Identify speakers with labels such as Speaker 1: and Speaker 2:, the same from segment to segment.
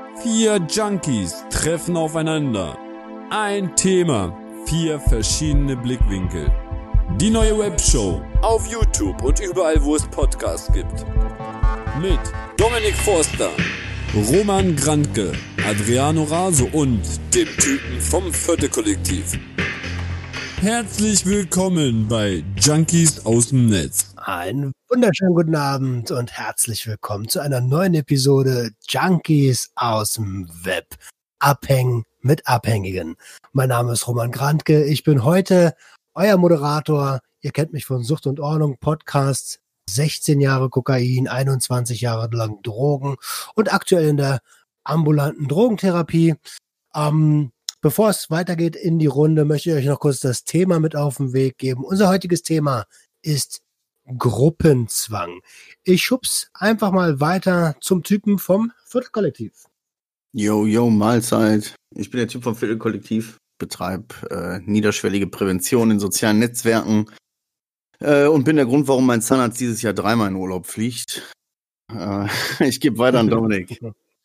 Speaker 1: 4 Junkies treffen aufeinander. Ein Thema, 4 verschiedene Blickwinkel. Die neue Webshow auf YouTube und überall, wo es Podcasts gibt. Mit Dominik Forster, Roman Grantke, Adriano Raso und dem Typen vom Viertel-Kollektiv. Herzlich willkommen bei Junkies aus dem Netz.
Speaker 2: Einen wunderschönen guten Abend und herzlich willkommen zu einer neuen Episode Junkies aus dem Web. Abhängen mit Abhängigen. Mein Name ist Roman Grantke. Ich bin heute euer Moderator. Ihr kennt mich von Sucht und Ordnung Podcast. 16 Jahre Kokain, 21 Jahre lang Drogen und aktuell in der ambulanten Drogentherapie. Bevor es weitergeht in die Runde, möchte ich euch noch kurz das Thema mit auf den Weg geben. Unser heutiges Thema ist Gruppenzwang. Ich schub's einfach mal weiter zum Typen vom Viertel-Kollektiv.
Speaker 3: Yo, Mahlzeit. Ich bin der Typ vom Viertel-Kollektiv, betreibe niederschwellige Prävention in sozialen Netzwerken und bin der Grund, warum mein Zahnarzt dieses Jahr 3-mal in Urlaub fliegt. Ich gebe weiter an Dominik.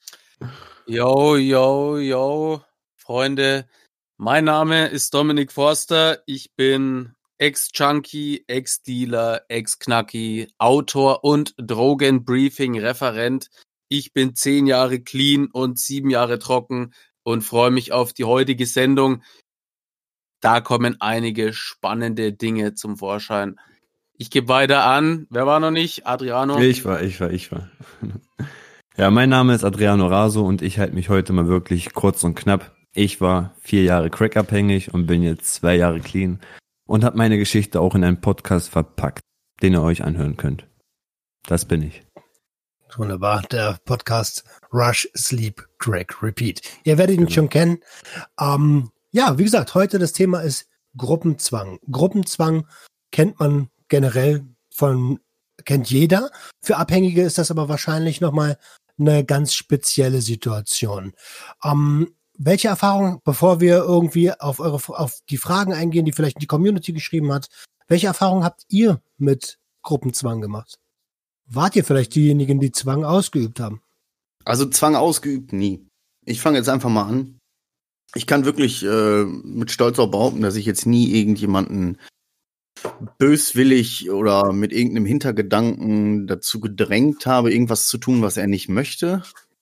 Speaker 4: Yo, Freunde. Mein Name ist Dominik Forster. Ich bin Ex-Junkie, Ex-Dealer, Ex-Knacki, Autor und Drogenbriefing-Referent. Ich bin 10 Jahre clean und 7 Jahre trocken und freue mich auf die heutige Sendung. Da kommen einige spannende Dinge zum Vorschein. Ich gebe weiter an. Wer war noch nicht? Adriano?
Speaker 5: Ich war. Ja, mein Name ist Adriano Raso und ich halte mich heute mal wirklich kurz und knapp. Ich war 4 Jahre crackabhängig und bin jetzt 2 Jahre clean und habe meine Geschichte auch in einen Podcast verpackt, den ihr euch anhören könnt. Das bin ich.
Speaker 2: Wunderbar, der Podcast Rush, Sleep, Crack, Repeat. Ihr werdet ihn schon kennen. Ja, wie gesagt, heute das Thema ist Gruppenzwang. Gruppenzwang kennt man generell kennt jeder. Für Abhängige ist das aber wahrscheinlich nochmal eine ganz spezielle Situation. Welche Erfahrungen, bevor wir irgendwie auf die Fragen eingehen, die vielleicht die Community geschrieben hat, welche Erfahrungen habt ihr mit Gruppenzwang gemacht? Wart ihr vielleicht diejenigen, die Zwang ausgeübt haben?
Speaker 3: Also Zwang ausgeübt nie. Ich fange jetzt einfach mal an. Ich kann wirklich mit Stolz auch behaupten, dass ich jetzt nie irgendjemanden böswillig oder mit irgendeinem Hintergedanken dazu gedrängt habe, irgendwas zu tun, was er nicht möchte.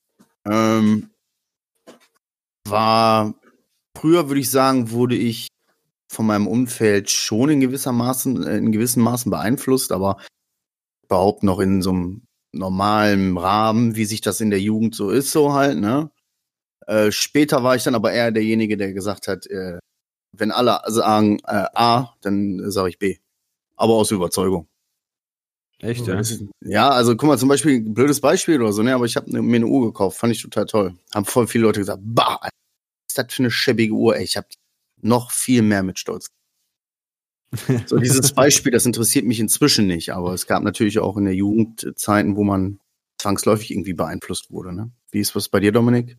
Speaker 3: Früher, würde ich sagen, wurde ich von meinem Umfeld schon in gewissen Maßen beeinflusst, aber überhaupt noch in so einem normalen Rahmen, wie sich das in der Jugend so ist, so halt, ne? Später war ich dann aber eher derjenige, der gesagt hat, wenn alle sagen A, dann sage ich B. Aber aus Überzeugung.
Speaker 5: Echt, ja?
Speaker 3: Ja, also guck mal, zum Beispiel, ein blödes Beispiel oder so, ne? Aber ich habe mir eine Uhr gekauft, fand ich total toll. Haben voll viele Leute gesagt, bah, was ist das für eine schäbige Uhr? Ey, ich habe noch viel mehr mit Stolz. So, dieses Beispiel, das interessiert mich inzwischen nicht, aber es gab natürlich auch in der Jugend Zeiten, wo man zwangsläufig irgendwie beeinflusst wurde, ne? Wie ist was bei dir, Dominik?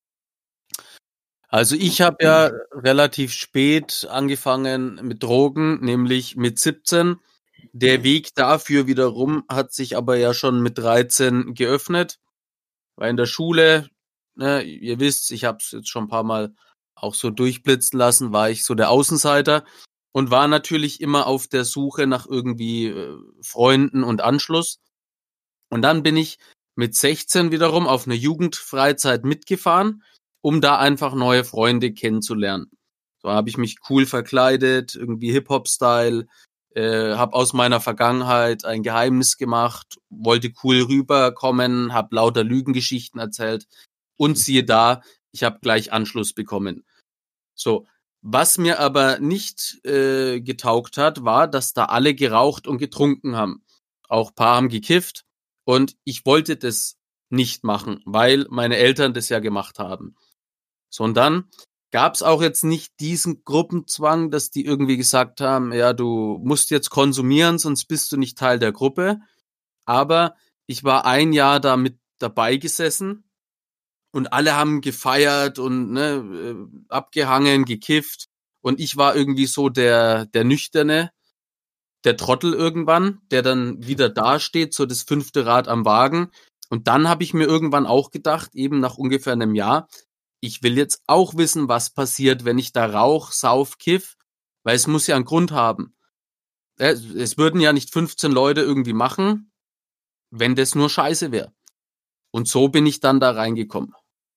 Speaker 4: Also ich habe ja relativ spät angefangen mit Drogen, nämlich mit 17. Der Weg dafür wiederum hat sich aber ja schon mit 13 geöffnet. War in der Schule, ne, ihr wisst, ich habe es jetzt schon ein paar Mal auch so durchblitzen lassen, war ich so der Außenseiter und war natürlich immer auf der Suche nach irgendwie Freunden und Anschluss. Und dann bin ich mit 16 wiederum auf eine Jugendfreizeit mitgefahren, um da einfach neue Freunde kennenzulernen. So habe ich mich cool verkleidet, irgendwie Hip-Hop-Style, habe aus meiner Vergangenheit ein Geheimnis gemacht, wollte cool rüberkommen, habe lauter Lügengeschichten erzählt und siehe da, ich habe gleich Anschluss bekommen. So, was mir aber nicht getaugt hat, war, dass da alle geraucht und getrunken haben. Auch ein paar haben gekifft und ich wollte das nicht machen, weil meine Eltern das ja gemacht haben. So, und dann gab's auch jetzt nicht diesen Gruppenzwang, dass die irgendwie gesagt haben, ja, du musst jetzt konsumieren, sonst bist du nicht Teil der Gruppe. Aber ich war 1 Jahr da mit dabei gesessen und alle haben gefeiert und abgehangen, gekifft. Und ich war irgendwie so der Nüchterne, der Trottel irgendwann, der dann wieder dasteht, so das 5. Rad am Wagen Und dann habe ich mir irgendwann auch gedacht, eben nach ungefähr einem Jahr, ich will jetzt auch wissen, was passiert, wenn ich da rauch, sauf, kiff, weil es muss ja einen Grund haben. Es würden ja nicht 15 Leute irgendwie machen, wenn das nur Scheiße wäre. Und so bin ich dann da reingekommen.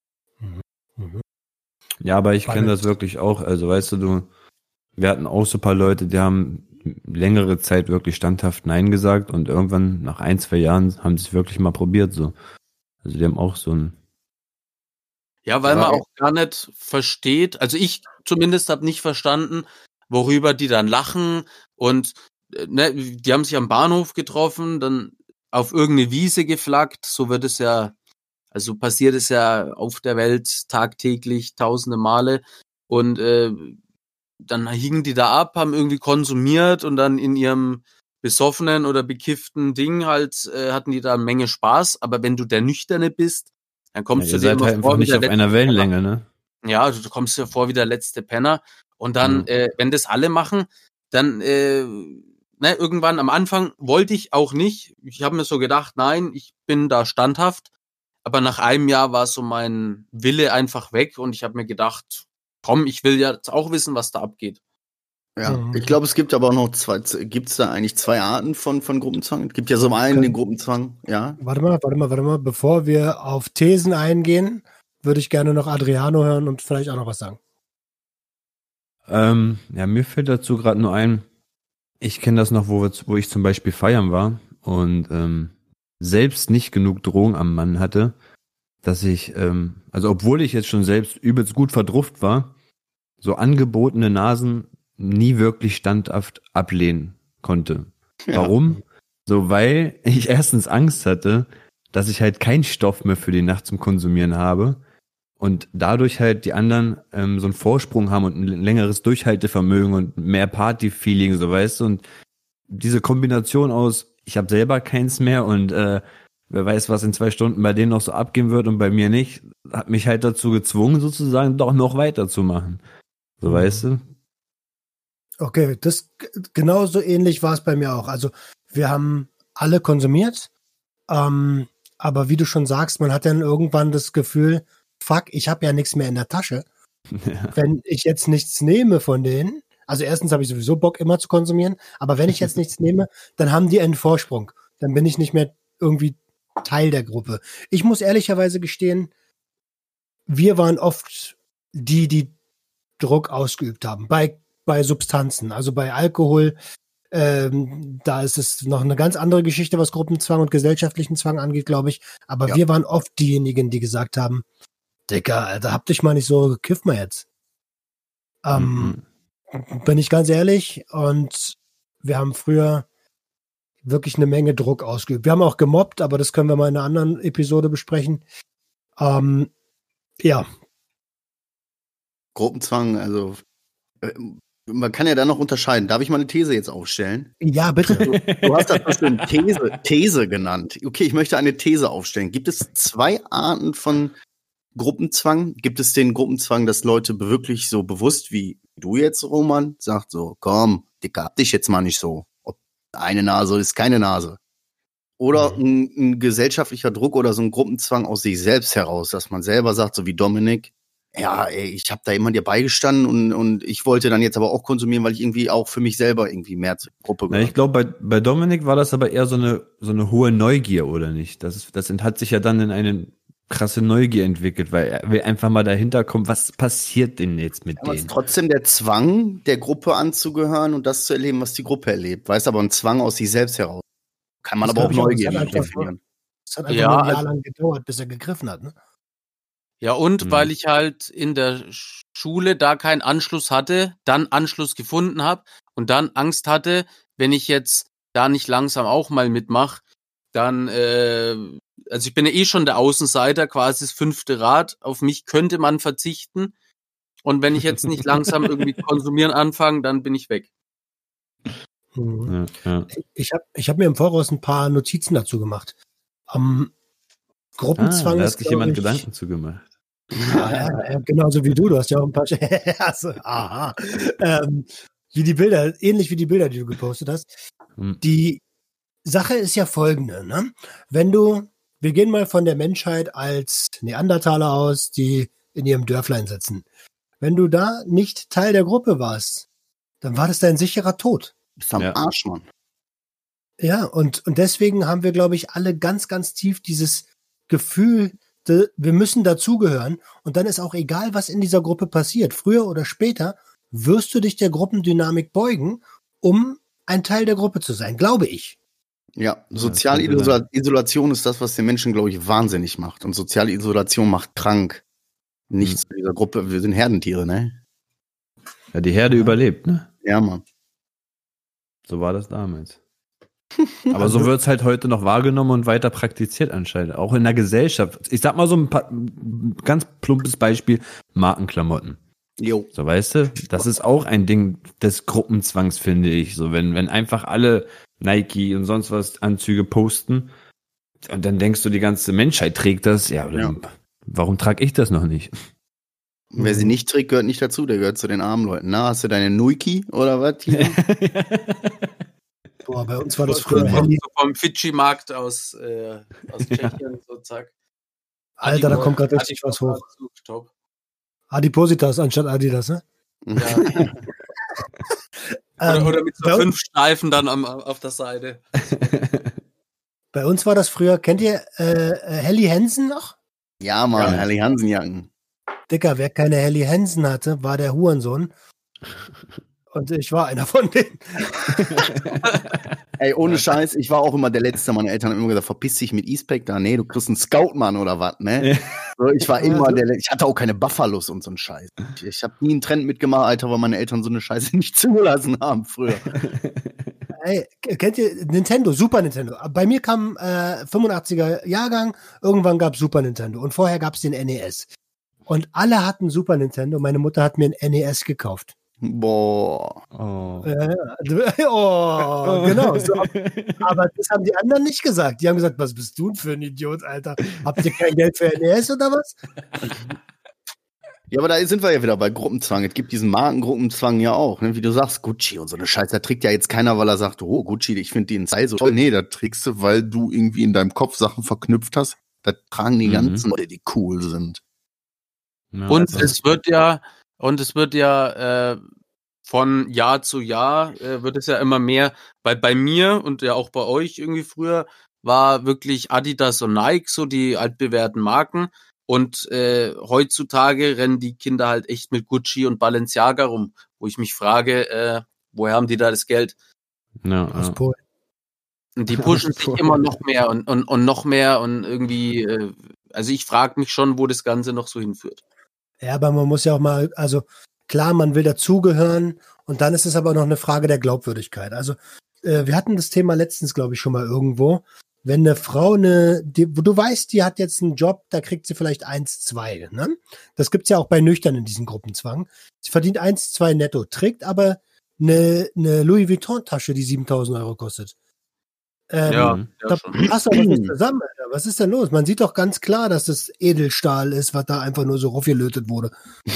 Speaker 5: Ja, aber ich kenne das wirklich auch. Also weißt du, wir hatten auch so ein paar Leute, die haben längere Zeit wirklich standhaft Nein gesagt und irgendwann nach 1-2 Jahren haben sie es wirklich mal probiert. So. Also die haben auch so ein...
Speaker 4: Ja, weil man auch gar nicht versteht, also ich zumindest habe nicht verstanden, worüber die dann lachen und die haben sich am Bahnhof getroffen, dann auf irgendeine Wiese geflaggt, so wird es ja, also passiert es ja auf der Welt tagtäglich tausende Male und dann hingen die da ab, haben irgendwie konsumiert und dann in ihrem besoffenen oder bekifften Ding halt hatten die da eine Menge Spaß, aber wenn du der Nüchterne bist, dann kommst du dir
Speaker 5: halt
Speaker 4: immer
Speaker 5: einfach
Speaker 4: vor wie
Speaker 5: nicht
Speaker 4: der
Speaker 5: auf
Speaker 4: letzte
Speaker 5: einer Wellenlänge, ne?
Speaker 4: Ja, du kommst dir vor wie der letzte Penner und dann, wenn das alle machen, dann irgendwann am Anfang wollte ich auch nicht. Ich habe mir so gedacht, nein, ich bin da standhaft. Aber nach einem Jahr war so mein Wille einfach weg und ich habe mir gedacht, komm, ich will jetzt auch wissen, was da abgeht.
Speaker 3: Ja, ich glaube, es gibt aber auch noch gibt's da eigentlich 2 Arten von Gruppenzwang? Es gibt ja so einen den Gruppenzwang, ja.
Speaker 2: Warte mal. Bevor wir auf Thesen eingehen, würde ich gerne noch Adriano hören und vielleicht auch noch was sagen.
Speaker 5: Ja, mir fällt dazu gerade nur ein, ich kenne das noch, wo ich zum Beispiel feiern war und selbst nicht genug Drogen am Mann hatte, dass ich, also obwohl ich jetzt schon selbst übelst gut verdrufft war, so angebotene Nasen nie wirklich standhaft ablehnen konnte.
Speaker 3: Ja.
Speaker 5: Warum? So, weil ich erstens Angst hatte, dass ich halt keinen Stoff mehr für die Nacht zum Konsumieren habe und dadurch halt die anderen so einen Vorsprung haben und ein längeres Durchhaltevermögen und mehr Party-Feeling, so weißt du, und diese Kombination aus, ich habe selber keins mehr und wer weiß, was in 2 Stunden bei denen noch so abgehen wird und bei mir nicht, hat mich halt dazu gezwungen, sozusagen doch noch weiterzumachen. So, weißt du?
Speaker 2: Okay, das genauso ähnlich war es bei mir auch. Also wir haben alle konsumiert, aber wie du schon sagst, man hat dann irgendwann das Gefühl, fuck, ich habe ja nichts mehr in der Tasche.
Speaker 5: Ja.
Speaker 2: Wenn ich jetzt nichts nehme von denen, also erstens habe ich sowieso Bock immer zu konsumieren, aber wenn ich jetzt nichts nehme, dann haben die einen Vorsprung. Dann bin ich nicht mehr irgendwie Teil der Gruppe. Ich muss ehrlicherweise gestehen, wir waren oft die Druck ausgeübt haben. Bei Substanzen, also bei Alkohol, da ist es noch eine ganz andere Geschichte, was Gruppenzwang und gesellschaftlichen Zwang angeht, glaube ich. Aber wir waren oft diejenigen, die gesagt haben, Digga, Alter, hab dich mal nicht so, kiff mal jetzt. Bin ich ganz ehrlich, und wir haben früher wirklich eine Menge Druck ausgeübt. Wir haben auch gemobbt, aber das können wir mal in einer anderen Episode besprechen. Ja.
Speaker 3: Gruppenzwang, also man kann ja da noch unterscheiden. Darf ich mal eine These jetzt aufstellen?
Speaker 2: Ja, bitte.
Speaker 3: Du hast das bestimmt These genannt. Okay, ich möchte eine These aufstellen. Gibt es 2 Arten von Gruppenzwang? Gibt es den Gruppenzwang, dass Leute wirklich so bewusst wie du jetzt, Roman, sagt so, komm, Dicker, hab dich jetzt mal nicht so. Ob eine Nase ist keine Nase. Oder ein gesellschaftlicher Druck oder so ein Gruppenzwang aus sich selbst heraus, dass man selber sagt, so wie Dominik, ja, ey, ich habe da immer dir beigestanden und ich wollte dann jetzt aber auch konsumieren, weil ich irgendwie auch für mich selber irgendwie mehr zur Gruppe
Speaker 5: Na,
Speaker 3: gehöre.
Speaker 5: ich glaube, bei Dominik war das aber eher so eine hohe Neugier, oder nicht? Das hat sich ja dann in eine krasse Neugier entwickelt, weil er will einfach mal dahinter kommen, was passiert denn jetzt mit
Speaker 3: Aber es ist
Speaker 5: denen?
Speaker 3: trotzdem der Zwang, der Gruppe anzugehören und das zu erleben, was die Gruppe erlebt. Weißt aber ein Zwang aus sich selbst heraus. Kann man
Speaker 2: Das
Speaker 3: aber auch
Speaker 2: glaub ich auch.
Speaker 3: Neugier definieren.
Speaker 2: Es hat einfach
Speaker 4: Ja,
Speaker 2: nur ein Jahr
Speaker 4: also-
Speaker 2: lang gedauert, bis er gegriffen hat, ne?
Speaker 4: Ja, und weil ich halt in der Schule da keinen Anschluss hatte, dann Anschluss gefunden habe und dann Angst hatte, wenn ich jetzt da nicht langsam auch mal mitmache, dann, also ich bin ja eh schon der Außenseiter, quasi das 5. Rad, auf mich könnte man verzichten und wenn ich jetzt nicht langsam irgendwie konsumieren anfange, dann bin ich weg.
Speaker 5: Ja.
Speaker 2: Ich hab mir im Voraus ein paar Notizen dazu gemacht. Gruppenzwang
Speaker 5: da
Speaker 2: ist,
Speaker 5: hat sich
Speaker 2: glaub
Speaker 5: jemand
Speaker 2: ich,
Speaker 5: Gedanken zu gemacht.
Speaker 2: Ja, genauso wie du. Du hast ja auch ein paar. Also, aha. Wie die Bilder, ähnlich wie die Bilder, die du gepostet hast. Die Sache ist ja folgende, ne? Wenn du wir gehen mal von der Menschheit als Neandertaler aus, die in ihrem Dörflein sitzen. Wenn du da nicht Teil der Gruppe warst, dann war das dein sicherer Tod.
Speaker 3: Bist am Arsch, Mann.
Speaker 2: Ja, und deswegen haben wir, glaube ich, alle ganz, ganz tief dieses Gefühl, wir müssen dazugehören. Und dann ist auch egal, was in dieser Gruppe passiert. Früher oder später wirst du dich der Gruppendynamik beugen, um ein Teil der Gruppe zu sein, glaube ich.
Speaker 3: Ja, soziale Isolation ist das, was den Menschen, glaube ich, wahnsinnig macht. Und soziale Isolation macht krank. Nichts in dieser Gruppe, wir sind Herdentiere, ne?
Speaker 5: Ja, die Herde überlebt, ne?
Speaker 3: Ja, Mann.
Speaker 5: So war das damals. Aber so wird's halt heute noch wahrgenommen und weiter praktiziert anscheinend. Auch in der Gesellschaft. Ich sag mal so ein ganz plumpes Beispiel, Markenklamotten.
Speaker 3: Jo.
Speaker 5: So, weißt du, das ist auch ein Ding des Gruppenzwangs, finde ich. So, wenn einfach alle Nike und sonst was Anzüge posten und dann denkst du, die ganze Menschheit trägt das, warum trage ich das noch nicht?
Speaker 3: Wer sie nicht trägt, gehört nicht dazu, der gehört zu den armen Leuten. Na, hast du deine Nuiki oder was?
Speaker 2: Boah, bei uns war das
Speaker 4: früher
Speaker 2: früher Handy.
Speaker 4: Vom Fidschi-Markt aus Tschechien, so zack.
Speaker 2: Alter, da kommt gerade richtig was hoch.
Speaker 4: Top.
Speaker 2: Adipositas anstatt Adidas, ne?
Speaker 4: Ja. oder mit so 5 Streifen dann auf der Seite.
Speaker 2: Bei uns war das früher, kennt ihr Helly Hansen noch?
Speaker 3: Ja, Mann, ja. Helly Hansen-Jacken.
Speaker 2: Dicker, wer keine Helly Hansen hatte, war der Hurensohn. Und ich war einer von denen.
Speaker 3: Ey, ohne Scheiß, ich war auch immer der Letzte. Meine Eltern haben immer gesagt, verpiss dich mit E-Spec da. Nee, du kriegst einen Scout-Mann oder was, ne? So, ich war immer ich hatte auch keine Buffalos und so einen Scheiß. Ich habe nie einen Trend mitgemacht, Alter, weil meine Eltern so eine Scheiße nicht zugelassen haben früher.
Speaker 2: Ey, kennt ihr Nintendo, Super Nintendo? Bei mir kam 85er Jahrgang, irgendwann gab es Super Nintendo und vorher gab es den NES. Und alle hatten Super Nintendo, meine Mutter hat mir ein NES gekauft.
Speaker 3: Boah.
Speaker 2: Oh, genau. So. Aber das haben die anderen nicht gesagt. Die haben gesagt, was bist du denn für ein Idiot, Alter? Habt ihr kein Geld für NES oder was?
Speaker 3: Ja, aber da sind wir ja wieder bei Gruppenzwang. Es gibt diesen Markengruppenzwang ja auch, ne? Wie du sagst, Gucci und so eine Scheiße. Da trägt ja jetzt keiner, weil er sagt, oh, Gucci, ich finde den Style so toll. Nee, da trägst du, weil du irgendwie in deinem Kopf Sachen verknüpft hast. Da tragen die ganzen Leute, die cool sind.
Speaker 4: Ja, und es wird ja von Jahr zu Jahr wird es ja immer mehr, weil bei mir und ja auch bei euch irgendwie früher war wirklich Adidas und Nike so die altbewährten Marken und heutzutage rennen die Kinder halt echt mit Gucci und Balenciaga rum, wo ich mich frage, woher haben die da das Geld?
Speaker 5: Ja,
Speaker 2: aus Polen.
Speaker 4: Und die pushen sich immer noch mehr und noch mehr und irgendwie, also ich frage mich schon, wo das Ganze noch so hinführt.
Speaker 2: Ja, aber man muss ja auch mal, also klar, man will dazugehören und dann ist es aber noch eine Frage der Glaubwürdigkeit. Also wir hatten das Thema letztens, glaube ich, schon mal irgendwo. Wenn eine Frau du weißt, die hat jetzt einen Job, da kriegt sie vielleicht 1, 2, ne? Das gibt's ja auch bei Nüchtern in diesem Gruppenzwang. Sie verdient 1, 2 netto, trägt aber eine Louis Vuitton-Tasche, die 7.000 € kostet. Da passt doch was nicht zusammen, Alter. Was ist denn los? Man sieht doch ganz klar, dass das Edelstahl ist, was da einfach nur so raufgelötet wurde.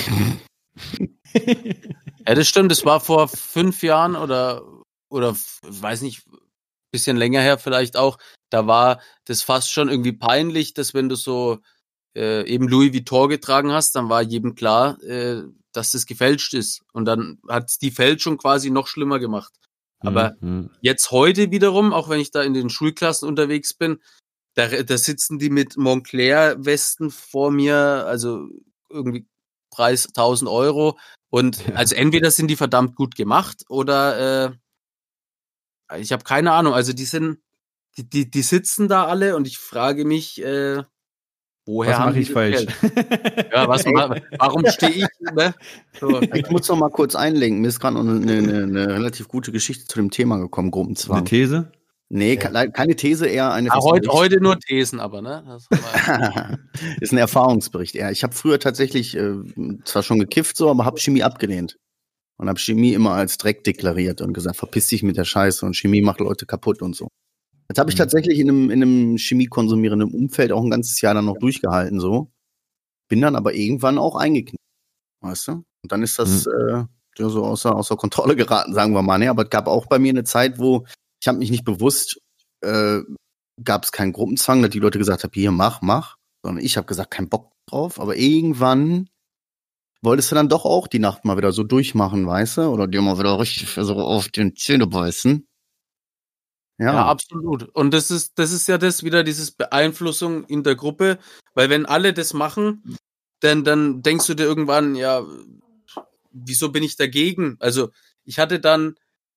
Speaker 4: Ja, das stimmt. Das war vor 5 Jahren oder weiß nicht, bisschen länger her vielleicht auch. Da war das fast schon irgendwie peinlich, dass wenn du so eben Louis Vuitton getragen hast, dann war jedem klar, dass das gefälscht ist. Und dann hat es die Fälschung quasi noch schlimmer gemacht. Aber jetzt heute wiederum, auch wenn ich da in den Schulklassen unterwegs bin, da sitzen die mit Moncler-Westen vor mir, also irgendwie Preis 1.000 €. Und also entweder sind die verdammt gut gemacht oder ich habe keine Ahnung. Also die sitzen da alle und ich frage mich, woher
Speaker 5: was mache ich falsch?
Speaker 4: Ja, warum stehe ich? Ne? So.
Speaker 3: Ich muss noch mal kurz einlenken. Mir ist gerade noch eine relativ gute Geschichte zu dem Thema gekommen, Gruppenzwang.
Speaker 5: Eine These?
Speaker 3: Nee, keine These, eher eine
Speaker 4: heute nur Thesen, aber ne? Das
Speaker 3: ist ein Erfahrungsbericht eher. Ich habe früher tatsächlich zwar schon gekifft, so, aber habe Chemie abgelehnt. Und habe Chemie immer als Dreck deklariert und gesagt, verpiss dich mit der Scheiße und Chemie macht Leute kaputt und so. Jetzt habe ich tatsächlich in einem chemiekonsumierenden Umfeld auch ein ganzes Jahr dann noch durchgehalten, so. Bin dann aber irgendwann auch eingeknickt, weißt du? Und dann ist das so außer Kontrolle geraten, sagen wir mal. Ne? Aber es gab auch bei mir eine Zeit, wo ich habe mich nicht bewusst gab es keinen Gruppenzwang, dass die Leute gesagt haben, hier, mach. Sondern ich habe gesagt, kein Bock drauf. Aber irgendwann wolltest du dann doch auch die Nacht mal wieder so durchmachen, weißt du? Oder dir mal wieder richtig so auf den Zähne beißen.
Speaker 4: Ja, absolut. Und das ist ja das wieder, dieses Beeinflussung in der Gruppe, weil wenn alle das machen, dann denkst du dir irgendwann, ja, wieso bin ich dagegen? Also ich war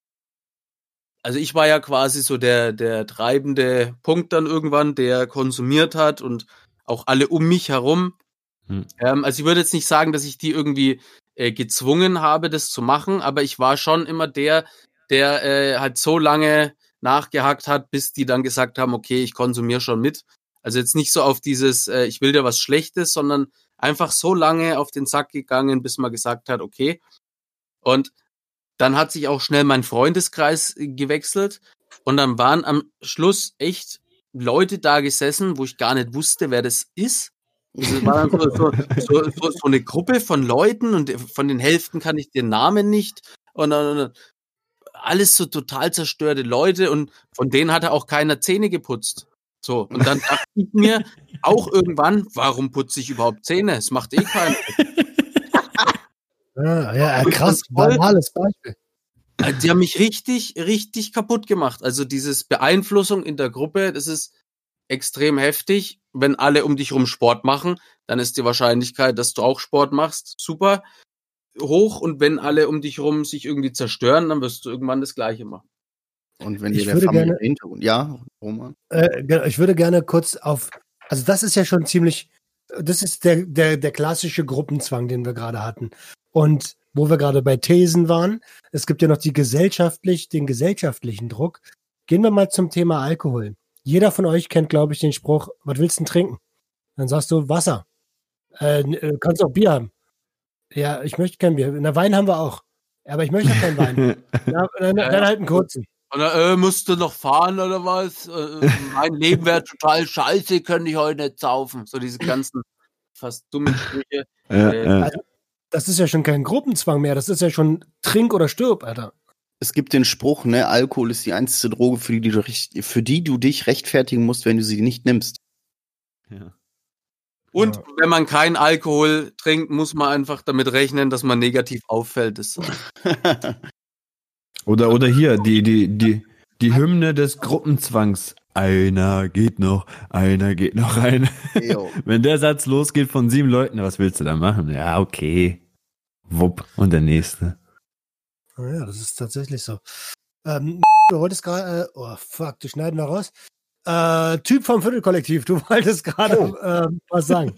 Speaker 4: ja quasi so der treibende Punkt dann irgendwann, der konsumiert hat und auch alle um mich herum. Also ich würde jetzt nicht sagen, dass ich die irgendwie gezwungen habe, das zu machen, aber ich war schon immer der halt so lange nachgehakt hat, bis die dann gesagt haben, okay, ich konsumiere schon mit. Also jetzt nicht so auf dieses, ich will dir was Schlechtes, sondern einfach so lange auf den Sack gegangen, bis man gesagt hat, okay. Und dann hat sich auch schnell mein Freundeskreis gewechselt und dann waren am Schluss echt Leute da gesessen, wo ich gar nicht wusste, wer das ist. Es war dann so eine Gruppe von Leuten und von den Hälften kann ich den Namen nicht und dann alles so total zerstörte Leute und von denen hatte auch keiner Zähne geputzt. So, und dann dachte ich mir auch irgendwann, warum putze ich überhaupt Zähne? Es macht eh keiner.
Speaker 2: Ja, krass, banales Beispiel.
Speaker 4: Die haben mich richtig, richtig kaputt gemacht. Also dieses Beeinflussung in der Gruppe, das ist extrem heftig. Wenn alle um dich rum Sport machen, dann ist die Wahrscheinlichkeit, dass du auch Sport machst, super hoch. Und wenn alle um dich rum sich irgendwie zerstören, dann wirst du irgendwann das Gleiche machen.
Speaker 3: Und wenn dir der Familie Hintergrund, ja, Roman?
Speaker 2: Ich würde gerne kurz also das ist ja schon das ist der klassische Gruppenzwang, den wir gerade hatten. Und wo wir gerade bei Thesen waren, es gibt ja noch den gesellschaftlichen Druck. Gehen wir mal zum Thema Alkohol. Jeder von euch kennt, glaube ich, den Spruch, was willst du denn trinken? Dann sagst du Wasser. Kannst auch Bier haben. Ja, ich möchte kein Bier. Na, Wein haben wir auch. Aber ich möchte keinen Wein. Dann halt einen kurzen.
Speaker 4: Oder musst du noch fahren oder was? Mein Leben wäre total scheiße, könnte ich heute nicht saufen. So diese ganzen fast dummen Sprüche.
Speaker 2: Also, das ist ja schon kein Gruppenzwang mehr. Das ist ja schon Trink oder stirb, Alter.
Speaker 3: Es gibt den Spruch, ne, Alkohol ist die einzige Droge, für die du dich rechtfertigen musst, wenn du sie nicht nimmst.
Speaker 5: Ja.
Speaker 4: Und wenn man keinen Alkohol trinkt, muss man einfach damit rechnen, dass man negativ auffällt.
Speaker 5: Oder hier, die Hymne des Gruppenzwangs. Einer geht noch rein. Wenn der Satz losgeht von 7 Leuten, was willst du da machen? Ja, okay. Wupp. Und der nächste.
Speaker 2: Ja, das ist tatsächlich so. Du wolltest gerade, die schneiden wir raus. Typ vom Viertelkollektiv, du wolltest gerade was sagen.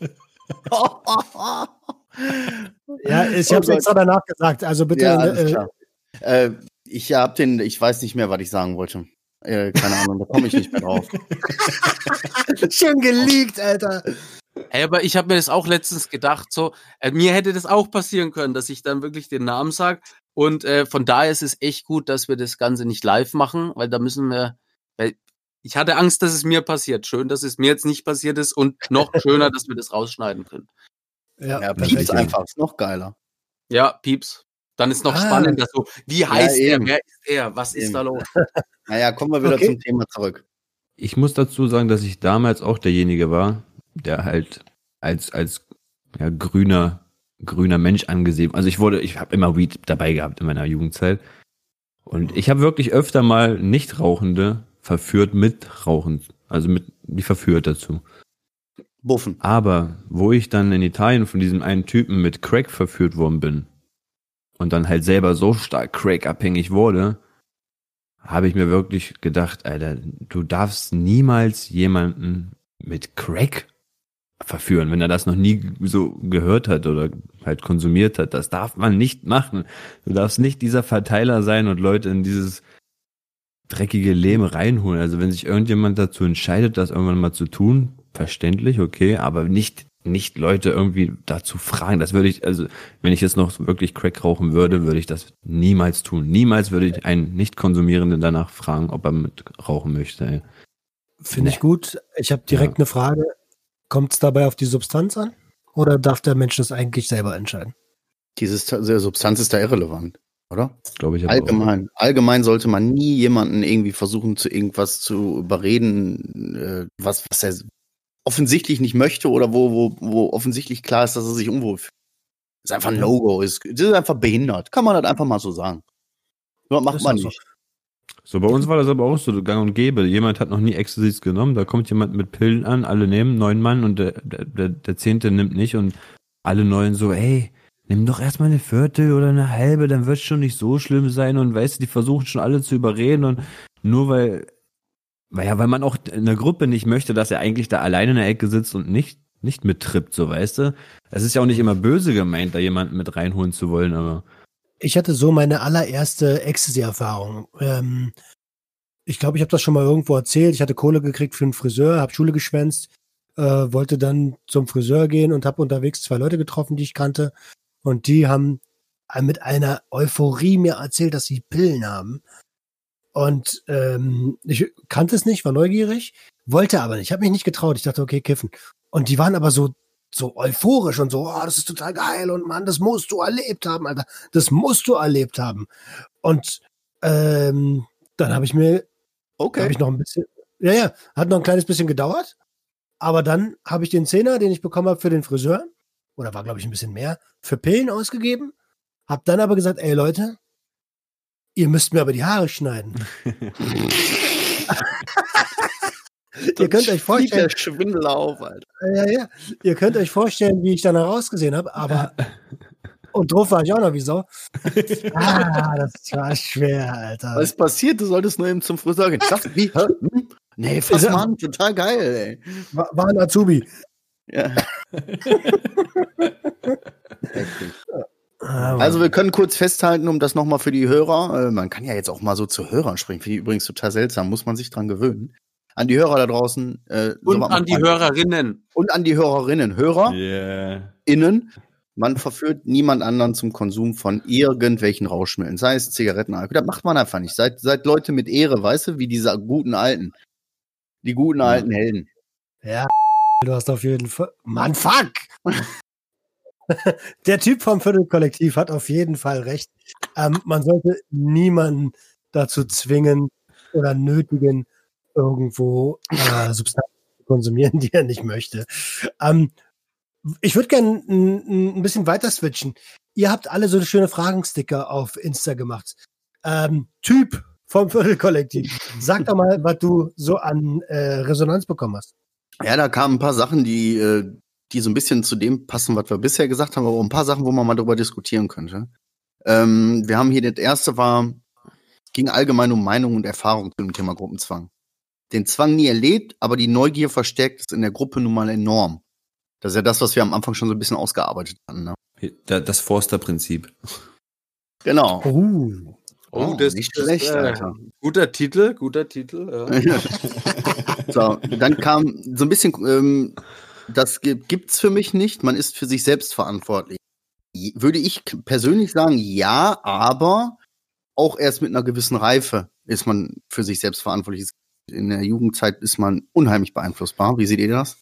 Speaker 2: Ja, ich habe es extra danach gesagt, also bitte.
Speaker 3: Ja, alles klar. Ich weiß nicht mehr, was ich sagen wollte. Keine Ahnung, da komme ich nicht mehr drauf.
Speaker 2: Schon geleakt, Alter.
Speaker 4: Hey, aber ich habe mir das auch letztens gedacht, so, mir hätte das auch passieren können, dass ich dann wirklich den Namen sage. Und von daher ist es echt gut, dass wir das Ganze nicht live machen, weil da müssen wir, weil ich hatte Angst, dass es mir passiert. Schön, dass es mir jetzt nicht passiert ist und noch schöner, dass wir das rausschneiden können.
Speaker 3: Ja, Pieps einfach, ist noch geiler.
Speaker 4: Ja, Pieps. Dann ist noch spannender so, wie heißt er, wer ist er, was ist da los?
Speaker 3: Naja, kommen wir wieder zum Thema zurück.
Speaker 5: Ich muss dazu sagen, dass ich damals auch derjenige war, der halt als grüner Mensch angesehen. Also ich habe immer Weed dabei gehabt in meiner Jugendzeit. Und ich habe wirklich öfter mal Nichtrauchende verführt mit Rauchen. Also die verführt dazu.
Speaker 3: Buffen.
Speaker 5: Aber wo ich dann in Italien von diesem einen Typen mit Crack verführt worden bin und dann halt selber so stark Crack-abhängig wurde, habe ich mir wirklich gedacht, Alter, du darfst niemals jemanden mit Crack verführen, wenn er das noch nie so gehört hat oder halt konsumiert hat. Das darf man nicht machen. Du darfst nicht dieser Verteiler sein und Leute in dieses dreckige Leben reinholen. Also wenn sich irgendjemand dazu entscheidet, das irgendwann mal zu tun, verständlich, okay, aber nicht Leute irgendwie dazu fragen. Das würde ich, also wenn ich jetzt noch wirklich Crack rauchen würde, würde ich das niemals tun. Niemals würde ich einen Nicht-Konsumierenden danach fragen, ob er mit rauchen möchte.
Speaker 2: Finde ich gut. Ich habe direkt eine Frage. Kommt es dabei auf die Substanz an? Oder darf der Mensch das eigentlich selber entscheiden?
Speaker 3: Diese Substanz ist da irrelevant. oder?
Speaker 5: Glaube ich aber auch.
Speaker 3: Allgemein sollte man nie jemanden irgendwie versuchen, zu irgendwas zu überreden, was er offensichtlich nicht möchte oder wo offensichtlich klar ist, dass er sich unwohl fühlt. Das ist einfach ein No-Go, das ist einfach behindert. Kann man das einfach mal so sagen. Das macht man nicht.
Speaker 5: So, bei uns war das aber auch so gang und gäbe. Jemand hat noch nie Ecstasy genommen, da kommt jemand mit Pillen an, alle nehmen, 9 Mann und der 10. nimmt nicht und alle 9 so, ey, nimm doch erstmal eine Viertel oder eine halbe, dann wird es schon nicht so schlimm sein und weißt du, die versuchen schon alle zu überreden und nur weil man auch in der Gruppe nicht möchte, dass er eigentlich da alleine in der Ecke sitzt und nicht mittrippt, so weißt du. Es ist ja auch nicht immer böse gemeint, da jemanden mit reinholen zu wollen, aber
Speaker 2: Ich hatte so meine allererste Ecstasy-Erfahrung. Ich glaube, ich habe das schon mal irgendwo erzählt. Ich hatte Kohle gekriegt für einen Friseur, habe Schule geschwänzt, wollte dann zum Friseur gehen und habe unterwegs 2 Leute getroffen, die ich kannte. Und die haben mit einer Euphorie mir erzählt, dass sie Pillen haben. Und ich kannte es nicht, war neugierig, wollte aber nicht. Ich habe mich nicht getraut. Ich dachte, okay, kiffen. Und die waren aber so euphorisch und so, oh, das ist total geil und Mann, das musst du erlebt haben, Alter. Das musst du erlebt haben. Und dann habe ich mir habe ich noch ein bisschen, hat noch ein kleines bisschen gedauert, aber dann habe ich den 10er, den ich bekommen habe für den Friseur, oder war glaube ich ein bisschen mehr, für Pillen ausgegeben, habe dann aber gesagt, ey Leute, ihr müsst mir aber die Haare schneiden. Ihr könnt euch vorstellen,
Speaker 3: der Schwindel auf, Alter.
Speaker 2: Ja. Ihr könnt euch vorstellen, wie ich dann herausgesehen habe, aber und drauf war ich auch noch wie Sau. Das war schwer, Alter.
Speaker 3: Was ist passiert? Du solltest nur eben zum Friseur gehen. Wie? Nee, fass mal an, total geil, ey.
Speaker 2: War ein Azubi.
Speaker 3: Ja. Also wir können kurz festhalten, um das nochmal für die Hörer, man kann ja jetzt auch mal so zu Hörern sprechen, finde ich übrigens total seltsam, muss man sich dran gewöhnen. An die Hörer da draußen.
Speaker 4: Und an die Hörerinnen.
Speaker 3: Und an die Hörerinnen. Innen. Man verführt niemand anderen zum Konsum von irgendwelchen Rauschmitteln. Sei es Zigaretten, Alkohol. Das macht man einfach nicht. Seid Leute mit Ehre, weißt du? Wie diese guten Alten. Die guten alten Helden.
Speaker 2: Ja, du hast auf jeden Fall... Mann, fuck! Der Typ vom Viertelkollektiv hat auf jeden Fall recht. Man sollte niemanden dazu zwingen oder nötigen, irgendwo Substanzen zu konsumieren, die er nicht möchte. Ich würde gerne ein bisschen weiter switchen. Ihr habt alle so schöne Fragensticker auf Insta gemacht. Typ vom Viertelkollektiv, sag doch mal, was du so an Resonanz bekommen hast.
Speaker 3: Ja, da kamen ein paar Sachen, die so ein bisschen zu dem passen, was wir bisher gesagt haben, aber auch ein paar Sachen, wo man mal darüber diskutieren könnte. Wir haben hier, das erste ging allgemein um Meinung und Erfahrung zu dem Thema Gruppenzwang. Den Zwang nie erlebt, aber die Neugier verstärkt ist in der Gruppe nun mal enorm. Das ist ja das, was wir am Anfang schon so ein bisschen ausgearbeitet hatten. Ne?
Speaker 5: Das Forster-Prinzip.
Speaker 3: Genau.
Speaker 4: Das
Speaker 3: nicht schlecht, Alter.
Speaker 4: Guter Titel. Ja.
Speaker 3: So, dann kam so ein bisschen, das gibt's für mich nicht, man ist für sich selbst verantwortlich. Würde ich persönlich sagen, ja, aber auch erst mit einer gewissen Reife ist man für sich selbst verantwortlich. In der Jugendzeit ist man unheimlich beeinflussbar. Wie seht ihr das?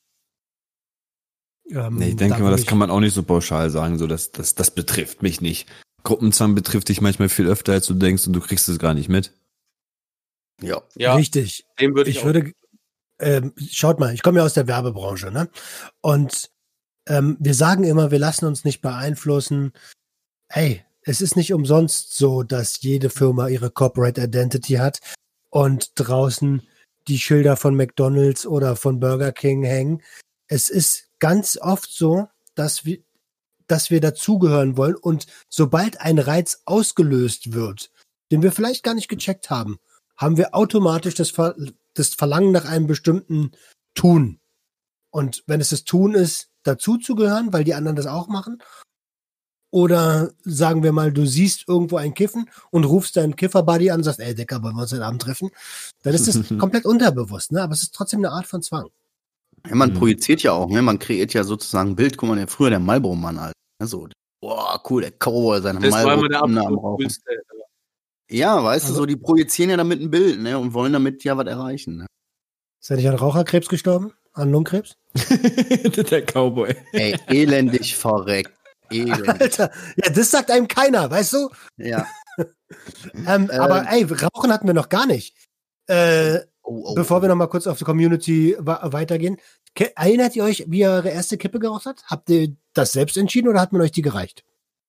Speaker 5: Ich denke mal, das kann man auch nicht so pauschal sagen, so das betrifft mich nicht. Gruppenzwang betrifft dich manchmal viel öfter, als du denkst und du kriegst es gar nicht mit.
Speaker 3: Ja.
Speaker 2: Richtig.
Speaker 4: Dem würde ich
Speaker 2: schaut mal, ich komme ja aus der Werbebranche, ne? Und wir sagen immer, wir lassen uns nicht beeinflussen. Hey, es ist nicht umsonst so, dass jede Firma ihre Corporate Identity hat und draußen die Schilder von McDonald's oder von Burger King hängen. Es ist ganz oft so, dass wir dazugehören wollen und sobald ein Reiz ausgelöst wird, den wir vielleicht gar nicht gecheckt haben, haben wir automatisch das Verlangen nach einem bestimmten Tun. Und wenn es das Tun ist, dazuzugehören, weil die anderen das auch machen, oder sagen wir mal, du siehst irgendwo ein Kiffen und rufst deinen Kiffer-Buddy an und sagst, ey Dicker, wollen wir uns heute Abend treffen? Dann ist das komplett unterbewusst, ne? Aber es ist trotzdem eine Art von Zwang.
Speaker 3: Ja, man projiziert ja auch, ne? Man kreiert ja sozusagen ein Bild. Guck mal, der früher der Marlboro-Mann, Alter. So, boah, cool, der Cowboy, seine Marlboro am Rauchen. Ja, weißt du, so, die projizieren ja damit ein Bild, ne? Und wollen damit ja was erreichen, ne?
Speaker 2: Ist er nicht an Raucherkrebs gestorben? An Lungenkrebs?
Speaker 5: Der Cowboy.
Speaker 3: Ey, elendig verreckt. Elendig.
Speaker 2: Alter, ja, das sagt einem keiner, weißt du?
Speaker 3: Ja.
Speaker 2: Aber ey, Rauchen hatten wir noch gar nicht. Bevor wir noch mal kurz auf die Community weitergehen. Erinnert ihr euch, wie ihr eure erste Kippe geraucht habt? Habt ihr das selbst entschieden oder hat man euch die gereicht?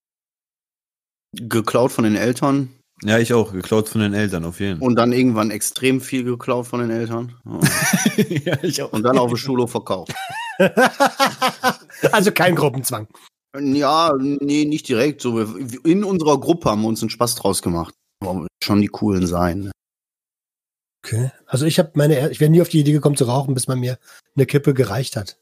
Speaker 3: Geklaut von den Eltern.
Speaker 5: Ja, ich auch. Geklaut von den Eltern, auf jeden Fall.
Speaker 3: Und dann irgendwann extrem viel geklaut von den Eltern.
Speaker 5: Ja, ich auch.
Speaker 3: Und dann auf dem Schulhof verkauft.
Speaker 2: Also kein Gruppenzwang.
Speaker 3: Ja, nee, nicht direkt. So, in unserer Gruppe haben wir uns einen Spaß draus gemacht. Wollen schon die Coolen sein.
Speaker 2: Okay. Also ich wäre nie auf die Idee gekommen zu rauchen, bis man mir eine Kippe gereicht hat.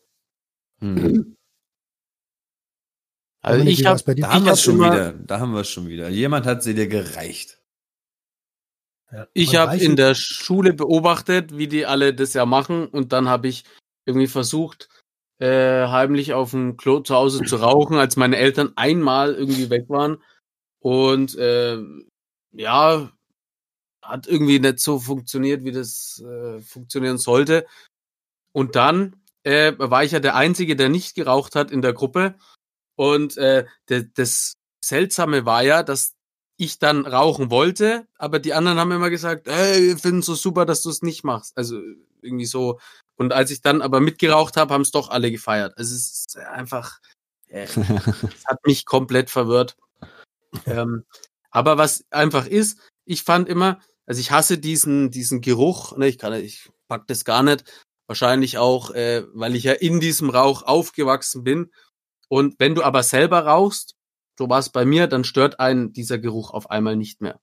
Speaker 4: Also
Speaker 2: Dominik, wie war's bei dir?
Speaker 5: Da haben wir es schon
Speaker 4: immer-
Speaker 5: wieder. Da haben wir es schon wieder. Jemand hat sie dir gereicht.
Speaker 2: Ja.
Speaker 4: Ich
Speaker 2: Und
Speaker 4: habe
Speaker 2: reichen-
Speaker 4: in der Schule beobachtet, wie die alle das ja machen, und dann habe ich irgendwie versucht, heimlich auf dem Klo zu Hause zu rauchen, als meine Eltern einmal irgendwie weg waren. Und ja, hat irgendwie nicht so funktioniert, wie das funktionieren sollte. Und dann war ich ja der Einzige, der nicht geraucht hat in der Gruppe. Und das Seltsame war ja, dass ich dann rauchen wollte, aber die anderen haben immer gesagt, hey, wir finden es so super, dass du es nicht machst. Also irgendwie so. Und als ich dann aber mitgeraucht habe, haben es doch alle gefeiert. Also es ist einfach, es hat mich komplett verwirrt. Aber was einfach ist, ich fand immer, also ich hasse diesen Geruch, ne, ich pack das gar nicht. Wahrscheinlich auch, weil ich ja in diesem Rauch aufgewachsen bin. Und wenn du aber selber rauchst, so war es bei mir, dann stört einen dieser Geruch auf einmal nicht mehr.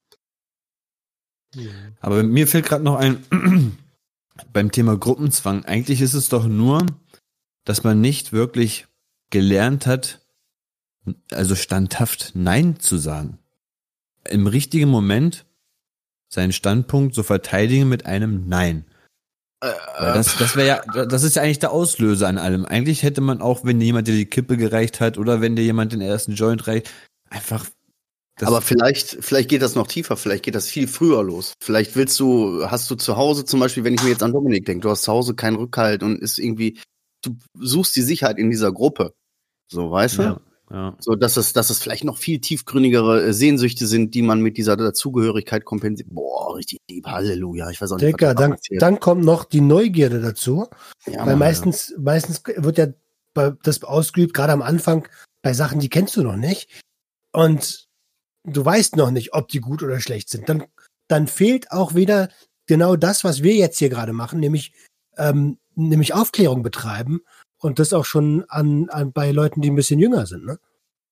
Speaker 5: Aber mir fällt gerade noch ein, beim Thema Gruppenzwang, eigentlich ist es doch nur, dass man nicht wirklich gelernt hat, also standhaft Nein zu sagen. Im richtigen Moment seinen Standpunkt zu verteidigen mit einem Nein. Weil das wäre ja, das ist ja eigentlich der Auslöser an allem. Eigentlich hätte man auch, wenn dir jemand dir die Kippe gereicht hat oder wenn dir jemand den ersten Joint reicht, einfach.
Speaker 3: Aber vielleicht geht das noch tiefer, vielleicht geht das viel früher los. Vielleicht hast du zu Hause zum Beispiel, wenn ich mir jetzt an Dominik denke, du hast zu Hause keinen Rückhalt und ist irgendwie, du suchst die Sicherheit in dieser Gruppe. So, weißt du?
Speaker 5: Ja.
Speaker 3: So, dass es vielleicht noch viel tiefgründigere Sehnsüchte sind, die man mit dieser Dazugehörigkeit kompensiert. Boah, richtig lieb, Halleluja. Ich weiß auch nicht,
Speaker 2: Digga,
Speaker 3: was da passiert.
Speaker 2: dann kommt noch die Neugierde dazu.
Speaker 3: Ja,
Speaker 2: Weil
Speaker 3: Mann,
Speaker 2: meistens wird ja das ausgeübt, gerade am Anfang, bei Sachen, die kennst du noch nicht. Und du weißt noch nicht, ob die gut oder schlecht sind. Dann fehlt auch wieder genau das, was wir jetzt hier gerade machen, nämlich Aufklärung betreiben. Und das auch schon bei Leuten, die ein bisschen jünger sind, ne?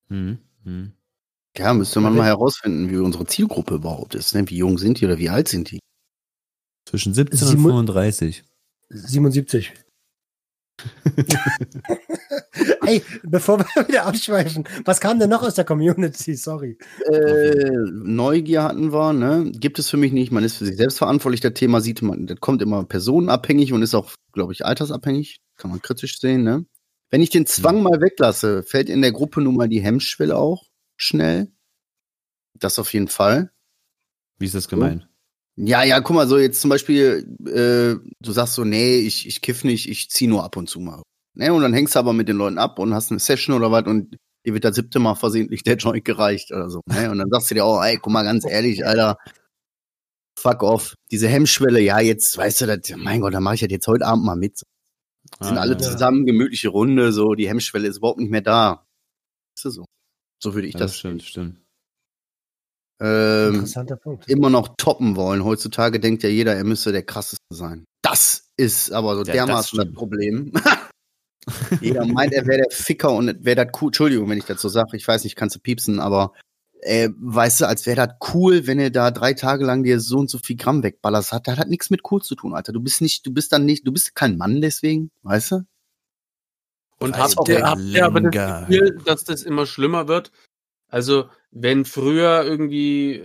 Speaker 3: Ja, müsste man mal herausfinden, wie unsere Zielgruppe überhaupt ist. Ne? Wie jung sind die oder wie alt sind die?
Speaker 5: Zwischen 17 und 35.
Speaker 2: 77. Ey, bevor wir wieder abschweifen, was kam denn noch aus der Community? Sorry.
Speaker 3: Neugier hatten wir, ne? Gibt es für mich nicht. Man ist für sich selbst verantwortlich. Das Thema sieht man, das kommt immer personenabhängig und ist auch, glaube ich, altersabhängig. Kann man kritisch sehen, ne? Wenn ich den Zwang mal weglasse, fällt in der Gruppe nun mal die Hemmschwelle auch schnell. Das auf jeden Fall.
Speaker 5: Wie ist das gemeint?
Speaker 3: Ja, guck mal, so jetzt zum Beispiel, du sagst so, nee, ich kiff nicht, ich zieh nur ab und zu mal. Ne, und dann hängst du aber mit den Leuten ab und hast eine Session oder was und dir wird das 7. Mal versehentlich der Joint gereicht oder so. Ne? Und dann sagst du dir auch, ey, guck mal, ganz ehrlich, Alter, fuck off. Diese Hemmschwelle, ja, jetzt, weißt du, das, mein Gott, da mache ich das jetzt heute Abend mal mit. Sind alle zusammen, gemütliche Runde, so, die Hemmschwelle ist überhaupt nicht mehr da. Ist so. So würde ich
Speaker 5: Ja,
Speaker 3: das
Speaker 5: stimmt.
Speaker 2: Interessanter Punkt.
Speaker 3: immer noch toppen wollen. Heutzutage denkt ja jeder, er müsse der krasseste sein. Das ist aber so
Speaker 5: Ja,
Speaker 3: dermaßen das
Speaker 5: das
Speaker 3: Problem. Jeder meint, er wäre der Ficker und wäre das cool. Entschuldigung, wenn ich das so sage. Ich weiß nicht, kannst du piepsen, aber weißt du, als wäre das cool, wenn er da 3 Tage lang dir so und so viel Gramm wegballerst hat. Das hat nichts mit cool zu tun, Alter. Du bist kein Mann deswegen, weißt du?
Speaker 4: Und
Speaker 5: Weiß
Speaker 4: habt
Speaker 5: der
Speaker 4: ihr aber das
Speaker 5: Lenker.
Speaker 4: Gefühl, dass das immer schlimmer wird? Also, wenn früher irgendwie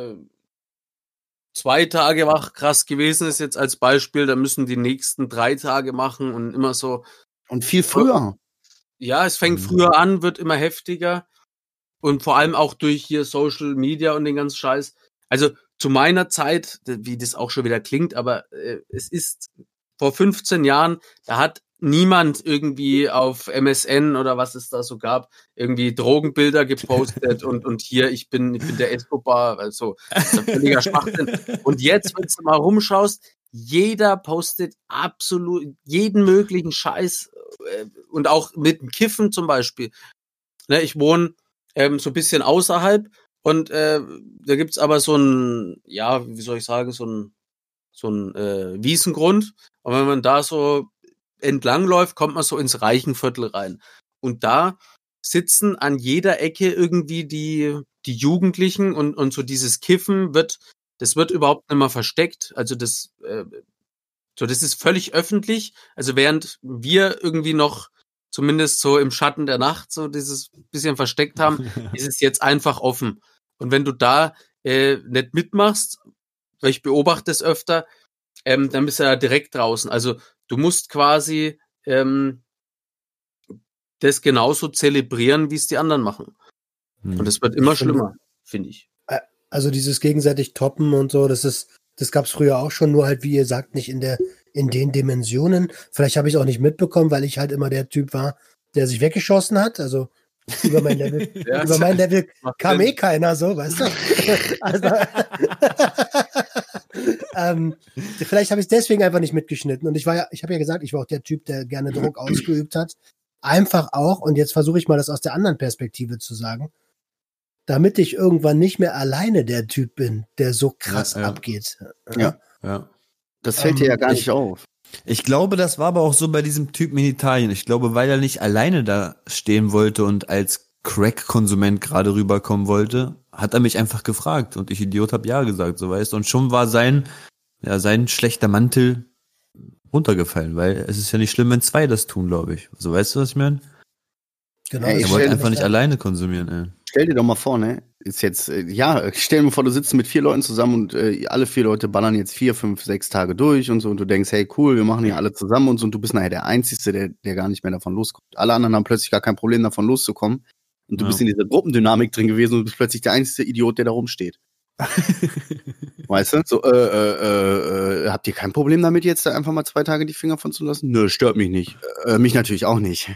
Speaker 4: 2 Tage wach krass gewesen ist, jetzt als Beispiel, dann müssen die nächsten 3 Tage machen und immer so.
Speaker 3: Und viel früher.
Speaker 4: Ja, es fängt früher an, wird immer heftiger. Und vor allem auch durch hier Social Media und den ganzen Scheiß. Also zu meiner Zeit, wie das auch schon wieder klingt, aber es ist vor 15 Jahren, da hat niemand irgendwie auf MSN oder was es da so gab, irgendwie Drogenbilder gepostet und hier, ich bin der Escobar, also das ist ein völliger Schwachsinn. Und jetzt, wenn du mal rumschaust, jeder postet absolut jeden möglichen Scheiß und auch mit dem Kiffen zum Beispiel. Ne, ich wohne so ein bisschen außerhalb und da gibt's aber so ein, ja, wie soll ich sagen, so ein Wiesengrund. Und wenn man da so entlang läuft, kommt man so ins Reichenviertel rein. Und da sitzen an jeder Ecke irgendwie die Jugendlichen und so dieses Kiffen wird überhaupt nicht mehr versteckt. Also das ist völlig öffentlich. Also während wir irgendwie noch zumindest so im Schatten der Nacht so dieses bisschen versteckt haben, ist es jetzt einfach offen. Und wenn du da nicht mitmachst, weil ich beobachte es öfter, dann bist du ja direkt draußen. Also du musst quasi das genauso zelebrieren, wie es die anderen machen. Und es wird immer schlimmer, finde ich.
Speaker 2: Also dieses gegenseitig Toppen und so, das gab's früher auch schon, nur halt, wie ihr sagt, nicht in den Dimensionen. Vielleicht habe ich es auch nicht mitbekommen, weil ich halt immer der Typ war, der sich weggeschossen hat. Also über mein Level,
Speaker 4: Ja,
Speaker 2: über mein Level kam
Speaker 4: Sinn.
Speaker 2: keiner so, weißt du? Also, vielleicht habe ich es deswegen einfach nicht mitgeschnitten. Und ich habe ja gesagt, ich war auch der Typ, der gerne Druck ausgeübt hat. Einfach auch, und jetzt versuche ich mal das aus der anderen Perspektive zu sagen, damit ich irgendwann nicht mehr alleine der Typ bin, der so krass abgeht.
Speaker 3: Ja. Das fällt dir ja gar nicht auf.
Speaker 5: Ich glaube, das war aber auch so bei diesem Typen in Italien. Ich glaube, weil er nicht alleine da stehen wollte und als Crack-Konsument gerade rüberkommen wollte, hat er mich einfach gefragt und ich Idiot hab ja gesagt, so weißt du. Und schon war sein schlechter Mantel runtergefallen, weil es ist ja nicht schlimm, wenn zwei das tun, glaube ich. So weißt du, was ich meine?
Speaker 2: Genau.
Speaker 3: Ey,
Speaker 5: Er wollte einfach nicht alleine konsumieren, ey.
Speaker 3: Stell dir doch mal vor, ne? Ist jetzt, stell dir mal vor, du sitzt mit 4 Leuten zusammen und alle 4 Leute ballern jetzt 4, 5, 6 Tage durch und so und du denkst, hey, cool, wir machen hier alle zusammen und so und du bist nachher der Einzige, der gar nicht mehr davon loskommt. Alle anderen haben plötzlich gar kein Problem, davon loszukommen und du bist in dieser Gruppendynamik drin gewesen und bist plötzlich der einzige Idiot, der da rumsteht. Weißt du? So, habt ihr kein Problem damit, jetzt da einfach mal 2 Tage die Finger von zu lassen? Nö, stört mich nicht. Mich natürlich auch nicht.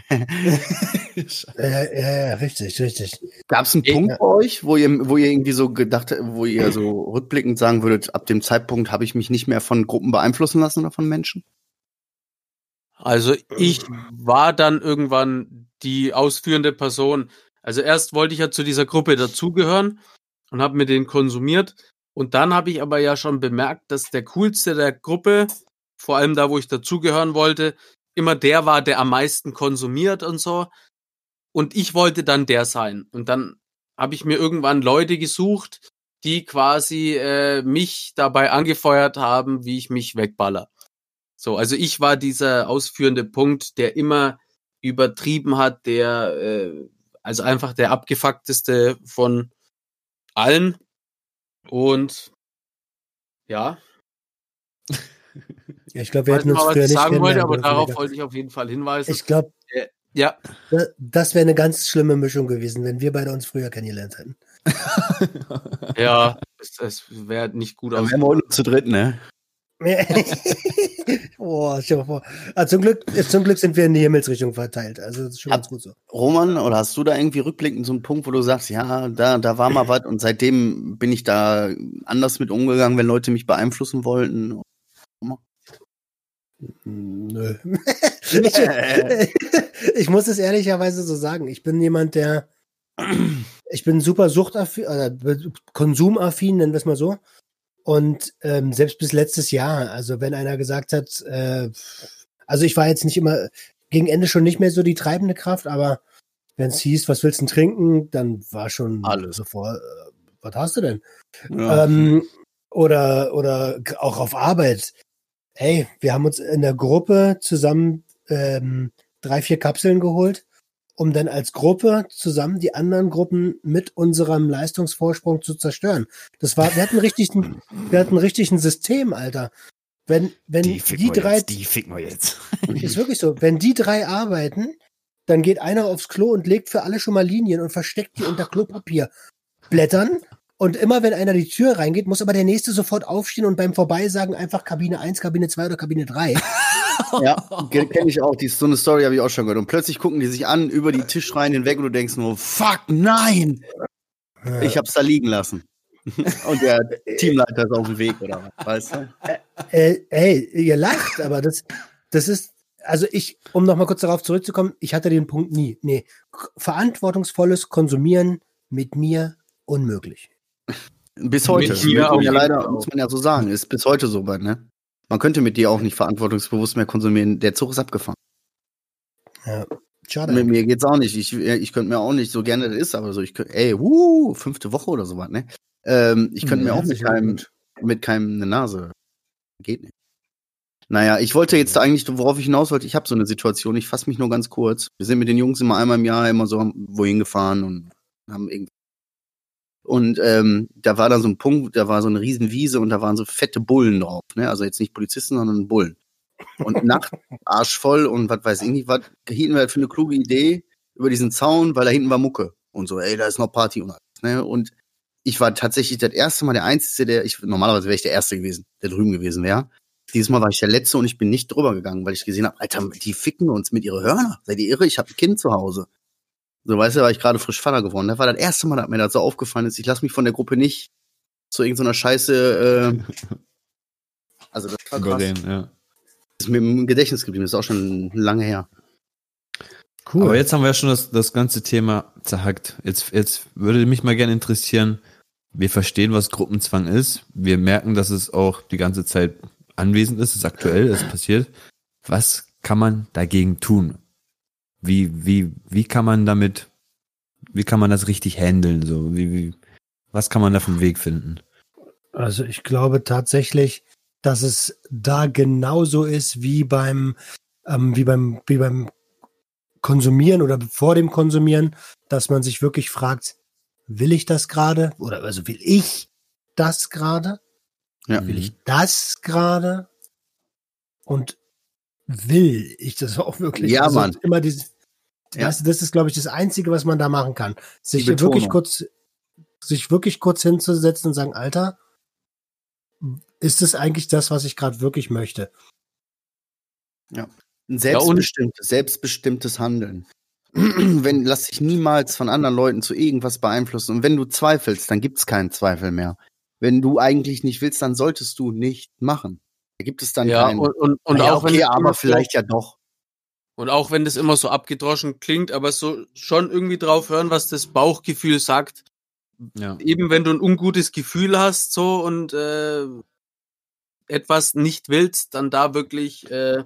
Speaker 2: Ja, richtig.
Speaker 3: Gab es einen Punkt bei euch, wo ihr irgendwie so gedacht, wo ihr so rückblickend sagen würdet, ab dem Zeitpunkt habe ich mich nicht mehr von Gruppen beeinflussen lassen oder von Menschen?
Speaker 4: Also ich war dann irgendwann die ausführende Person. Also erst wollte ich ja zu dieser Gruppe dazugehören und habe mit denen konsumiert. Und dann habe ich aber ja schon bemerkt, dass der Coolste der Gruppe, vor allem da, wo ich dazugehören wollte, immer der war, der am meisten konsumiert und so. Und ich wollte dann der sein. Und dann habe ich mir irgendwann Leute gesucht, die quasi mich dabei angefeuert haben, wie ich mich wegballer. So, also ich war dieser ausführende Punkt, der immer übertrieben hat, der also einfach der abgefuckteste von allen. Und ja.
Speaker 2: Ja, ich glaube, wir
Speaker 4: Ich weiß
Speaker 2: hätten
Speaker 4: nicht
Speaker 2: uns
Speaker 4: mal, was
Speaker 2: früher
Speaker 4: ich
Speaker 2: nicht
Speaker 4: sagen wollte,
Speaker 2: kennenlernen
Speaker 4: aber
Speaker 2: dürfen,
Speaker 4: darauf
Speaker 2: Digga.
Speaker 4: wollte ich auf jeden Fall hinweisen.
Speaker 2: Ich glaube,
Speaker 4: Ja,
Speaker 2: das wäre eine ganz schlimme Mischung gewesen, wenn wir beide uns früher kennengelernt hätten.
Speaker 4: ja, das wäre nicht gut
Speaker 3: Dann wären wir unten zu dritt, ne?
Speaker 2: Boah, stell dir mal vor. Zum Glück sind wir in die Himmelsrichtung verteilt. Also das ist schon ganz gut so.
Speaker 3: Roman, oder hast du da irgendwie rückblickend so einen Punkt, wo du sagst, ja, da war mal was und seitdem bin ich da anders mit umgegangen, wenn Leute mich beeinflussen wollten?
Speaker 2: Nö. Ich muss es ehrlicherweise so sagen. Ich bin jemand, ich bin super konsumaffin, nennen wir es mal so. Und selbst bis letztes Jahr, also wenn einer gesagt hat, also ich war jetzt nicht immer, gegen Ende schon nicht mehr so die treibende Kraft, aber wenn es hieß, was willst du denn trinken, dann war schon
Speaker 3: alles
Speaker 2: sofort, was hast du denn?
Speaker 3: Ja.
Speaker 2: Oder auch auf Arbeit. Hey, wir haben uns in der Gruppe zusammen 3, 4 Kapseln geholt, um dann als Gruppe zusammen die anderen Gruppen mit unserem Leistungsvorsprung zu zerstören. Wir hatten richtig ein System, Alter. Wenn die drei,
Speaker 5: die ficken wir jetzt.
Speaker 2: ist wirklich so, wenn die 3 arbeiten, dann geht einer aufs Klo und legt für alle schon mal Linien und versteckt die unter Klopapierblättern. Und immer wenn einer die Tür reingeht, muss aber der Nächste sofort aufstehen und beim Vorbeisagen einfach Kabine 1, Kabine 2 oder Kabine 3.
Speaker 3: Ja, kenne ich auch. So eine Story habe ich auch schon gehört. Und plötzlich gucken die sich an, über die Tischreihen hinweg und du denkst nur, fuck, nein! Ich hab's da liegen lassen. Und der Teamleiter ist auf dem Weg, oder was? Weißt du?
Speaker 2: Ey, ihr lacht, aber das ist, also um nochmal kurz darauf zurückzukommen, ich hatte den Punkt nie. Nee, verantwortungsvolles Konsumieren mit mir unmöglich.
Speaker 3: Bis heute.
Speaker 4: Mit mir auch.
Speaker 3: Ja, leider, muss man ja so sagen, ist bis heute so weit, ne? Man könnte mit dir auch nicht verantwortungsbewusst mehr konsumieren. Der Zug ist abgefahren.
Speaker 2: Ja, schade.
Speaker 3: Mit mir geht's auch nicht. Ich könnte mir auch nicht, so gerne das ist, aber so, 5. Woche oder sowas, ne? Ich könnte mir auch mit keinem eine Nase. Geht nicht. Naja, ich wollte jetzt eigentlich, worauf ich hinaus wollte, ich habe so eine Situation, ich fasse mich nur ganz kurz. Wir sind mit den Jungs immer einmal im Jahr immer so wohin gefahren und haben irgendwie. Und da war dann so ein Punkt, da war so eine riesen Wiese und da waren so fette Bullen drauf, ne? Also jetzt nicht Polizisten, sondern Bullen. Und Nacht, arschvoll und was weiß ich nicht, was hielten wir halt für eine kluge Idee über diesen Zaun, weil da hinten war Mucke. Und so, ey, da ist noch Party und alles, ne? Und ich war tatsächlich das erste Mal der Einzige, normalerweise wäre ich der Erste gewesen, der drüben gewesen wäre. Dieses Mal war ich der Letzte und ich bin nicht drüber gegangen, weil ich gesehen habe, Alter, die ficken uns mit ihren Hörner. Seid ihr irre? Ich habe ein Kind zu Hause. So, weißt du, war ich gerade frisch Vater geworden. Das war das erste Mal, dass mir das so aufgefallen ist. Ich lasse mich von der Gruppe nicht zu irgendeiner Scheiße, also das war krass.
Speaker 5: Ja.
Speaker 3: Das ist mir im Gedächtnis geblieben, das ist auch schon lange her.
Speaker 2: Cool.
Speaker 5: Aber jetzt haben wir ja schon das ganze Thema zerhackt. Jetzt würde mich mal gerne interessieren, wir verstehen, was Gruppenzwang ist. Wir merken, dass es auch die ganze Zeit anwesend ist, es ist aktuell, es passiert. Was kann man dagegen tun? Wie kann man das richtig handeln? So? Was kann man da für einen Weg finden?
Speaker 2: Also ich glaube tatsächlich, dass es da genauso ist wie beim Konsumieren oder vor dem Konsumieren, dass man sich wirklich fragt, will ich das gerade? Oder also will ich das gerade?
Speaker 3: Ja.
Speaker 2: Will ich das gerade? Und will ich das auch wirklich?
Speaker 3: Ja,
Speaker 2: also
Speaker 3: Mann.
Speaker 2: Immer dieses,
Speaker 3: Ja.
Speaker 2: weißt du, das ist, glaube ich, das Einzige, was man da machen kann. Sich
Speaker 3: Die Betonung.
Speaker 2: wirklich kurz hinzusetzen und sagen, Alter, ist es eigentlich das, was ich gerade wirklich möchte?
Speaker 3: Ja. Ein selbstbestimmtes Handeln. Lass dich niemals von anderen Leuten zu irgendwas beeinflussen. Und wenn du zweifelst, dann gibt's keinen Zweifel mehr. Wenn du eigentlich nicht willst, dann solltest du nicht machen. Da gibt es dann keinen.
Speaker 4: Und
Speaker 3: ja,
Speaker 4: auch wenn
Speaker 3: okay,
Speaker 4: das
Speaker 3: aber
Speaker 4: immer
Speaker 3: vielleicht ja doch.
Speaker 4: Und auch wenn das immer so abgedroschen klingt, aber so schon irgendwie drauf hören, was das Bauchgefühl sagt.
Speaker 5: Ja.
Speaker 4: Eben wenn du ein ungutes Gefühl hast so und etwas nicht willst, dann da wirklich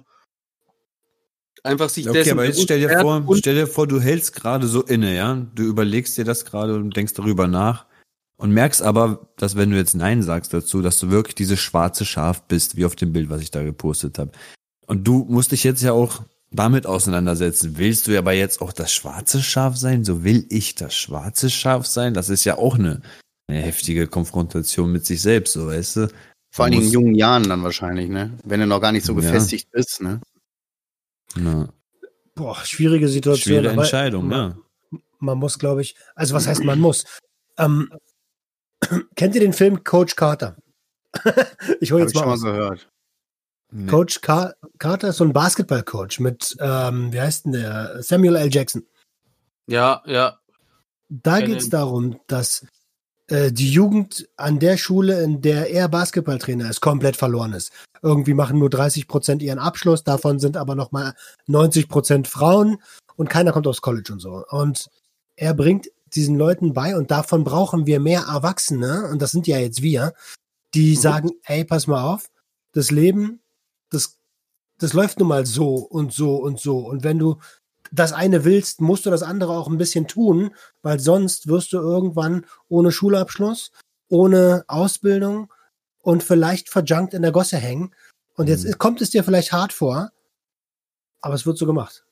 Speaker 4: einfach sich
Speaker 5: Okay,
Speaker 4: dessen
Speaker 5: aber jetzt stell
Speaker 4: bewusst
Speaker 5: dir vor, du hältst gerade so inne, ja? Du überlegst dir das gerade und denkst darüber nach und merkst aber, dass wenn du jetzt Nein sagst dazu, dass du wirklich dieses schwarze Schaf bist, wie auf dem Bild, was ich da gepostet habe. Und du musst dich jetzt ja auch damit auseinandersetzen. Willst du aber jetzt auch das schwarze Schaf sein? So will ich das schwarze Schaf sein? Das ist ja auch eine heftige Konfrontation mit sich selbst, so weißt du?
Speaker 3: Vor allen Dingen in jungen Jahren dann wahrscheinlich, ne? Wenn du noch gar nicht so gefestigt bist, ne?
Speaker 5: Ja.
Speaker 2: Boah, schwierige Situation.
Speaker 5: Schwere
Speaker 2: aber
Speaker 5: Entscheidung, ne?
Speaker 2: Man muss, glaube ich, also was heißt man muss? Kennt ihr den Film Coach Carter? Ich hole
Speaker 3: Hab
Speaker 2: jetzt
Speaker 3: ich
Speaker 2: mal
Speaker 3: schon mal
Speaker 2: aus.
Speaker 3: gehört.
Speaker 5: Nee.
Speaker 2: Coach Carter ist so ein Basketballcoach mit, wie heißt denn der? Samuel L. Jackson.
Speaker 4: Ja.
Speaker 2: Da geht es darum, dass die Jugend an der Schule, in der er Basketballtrainer ist, komplett verloren ist. Irgendwie machen nur 30% ihren Abschluss, davon sind aber nochmal 90% Frauen und keiner kommt aufs College und so. Und er bringt diesen Leuten bei, und davon brauchen wir mehr Erwachsene, und das sind ja jetzt wir, die sagen, ey, pass mal auf, das Leben, das läuft nun mal so und so und so. Und wenn du das eine willst, musst du das andere auch ein bisschen tun, weil sonst wirst du irgendwann ohne Schulabschluss, ohne Ausbildung und vielleicht verjunkt in der Gosse hängen. Und jetzt kommt es dir vielleicht hart vor, aber es wird so gemacht.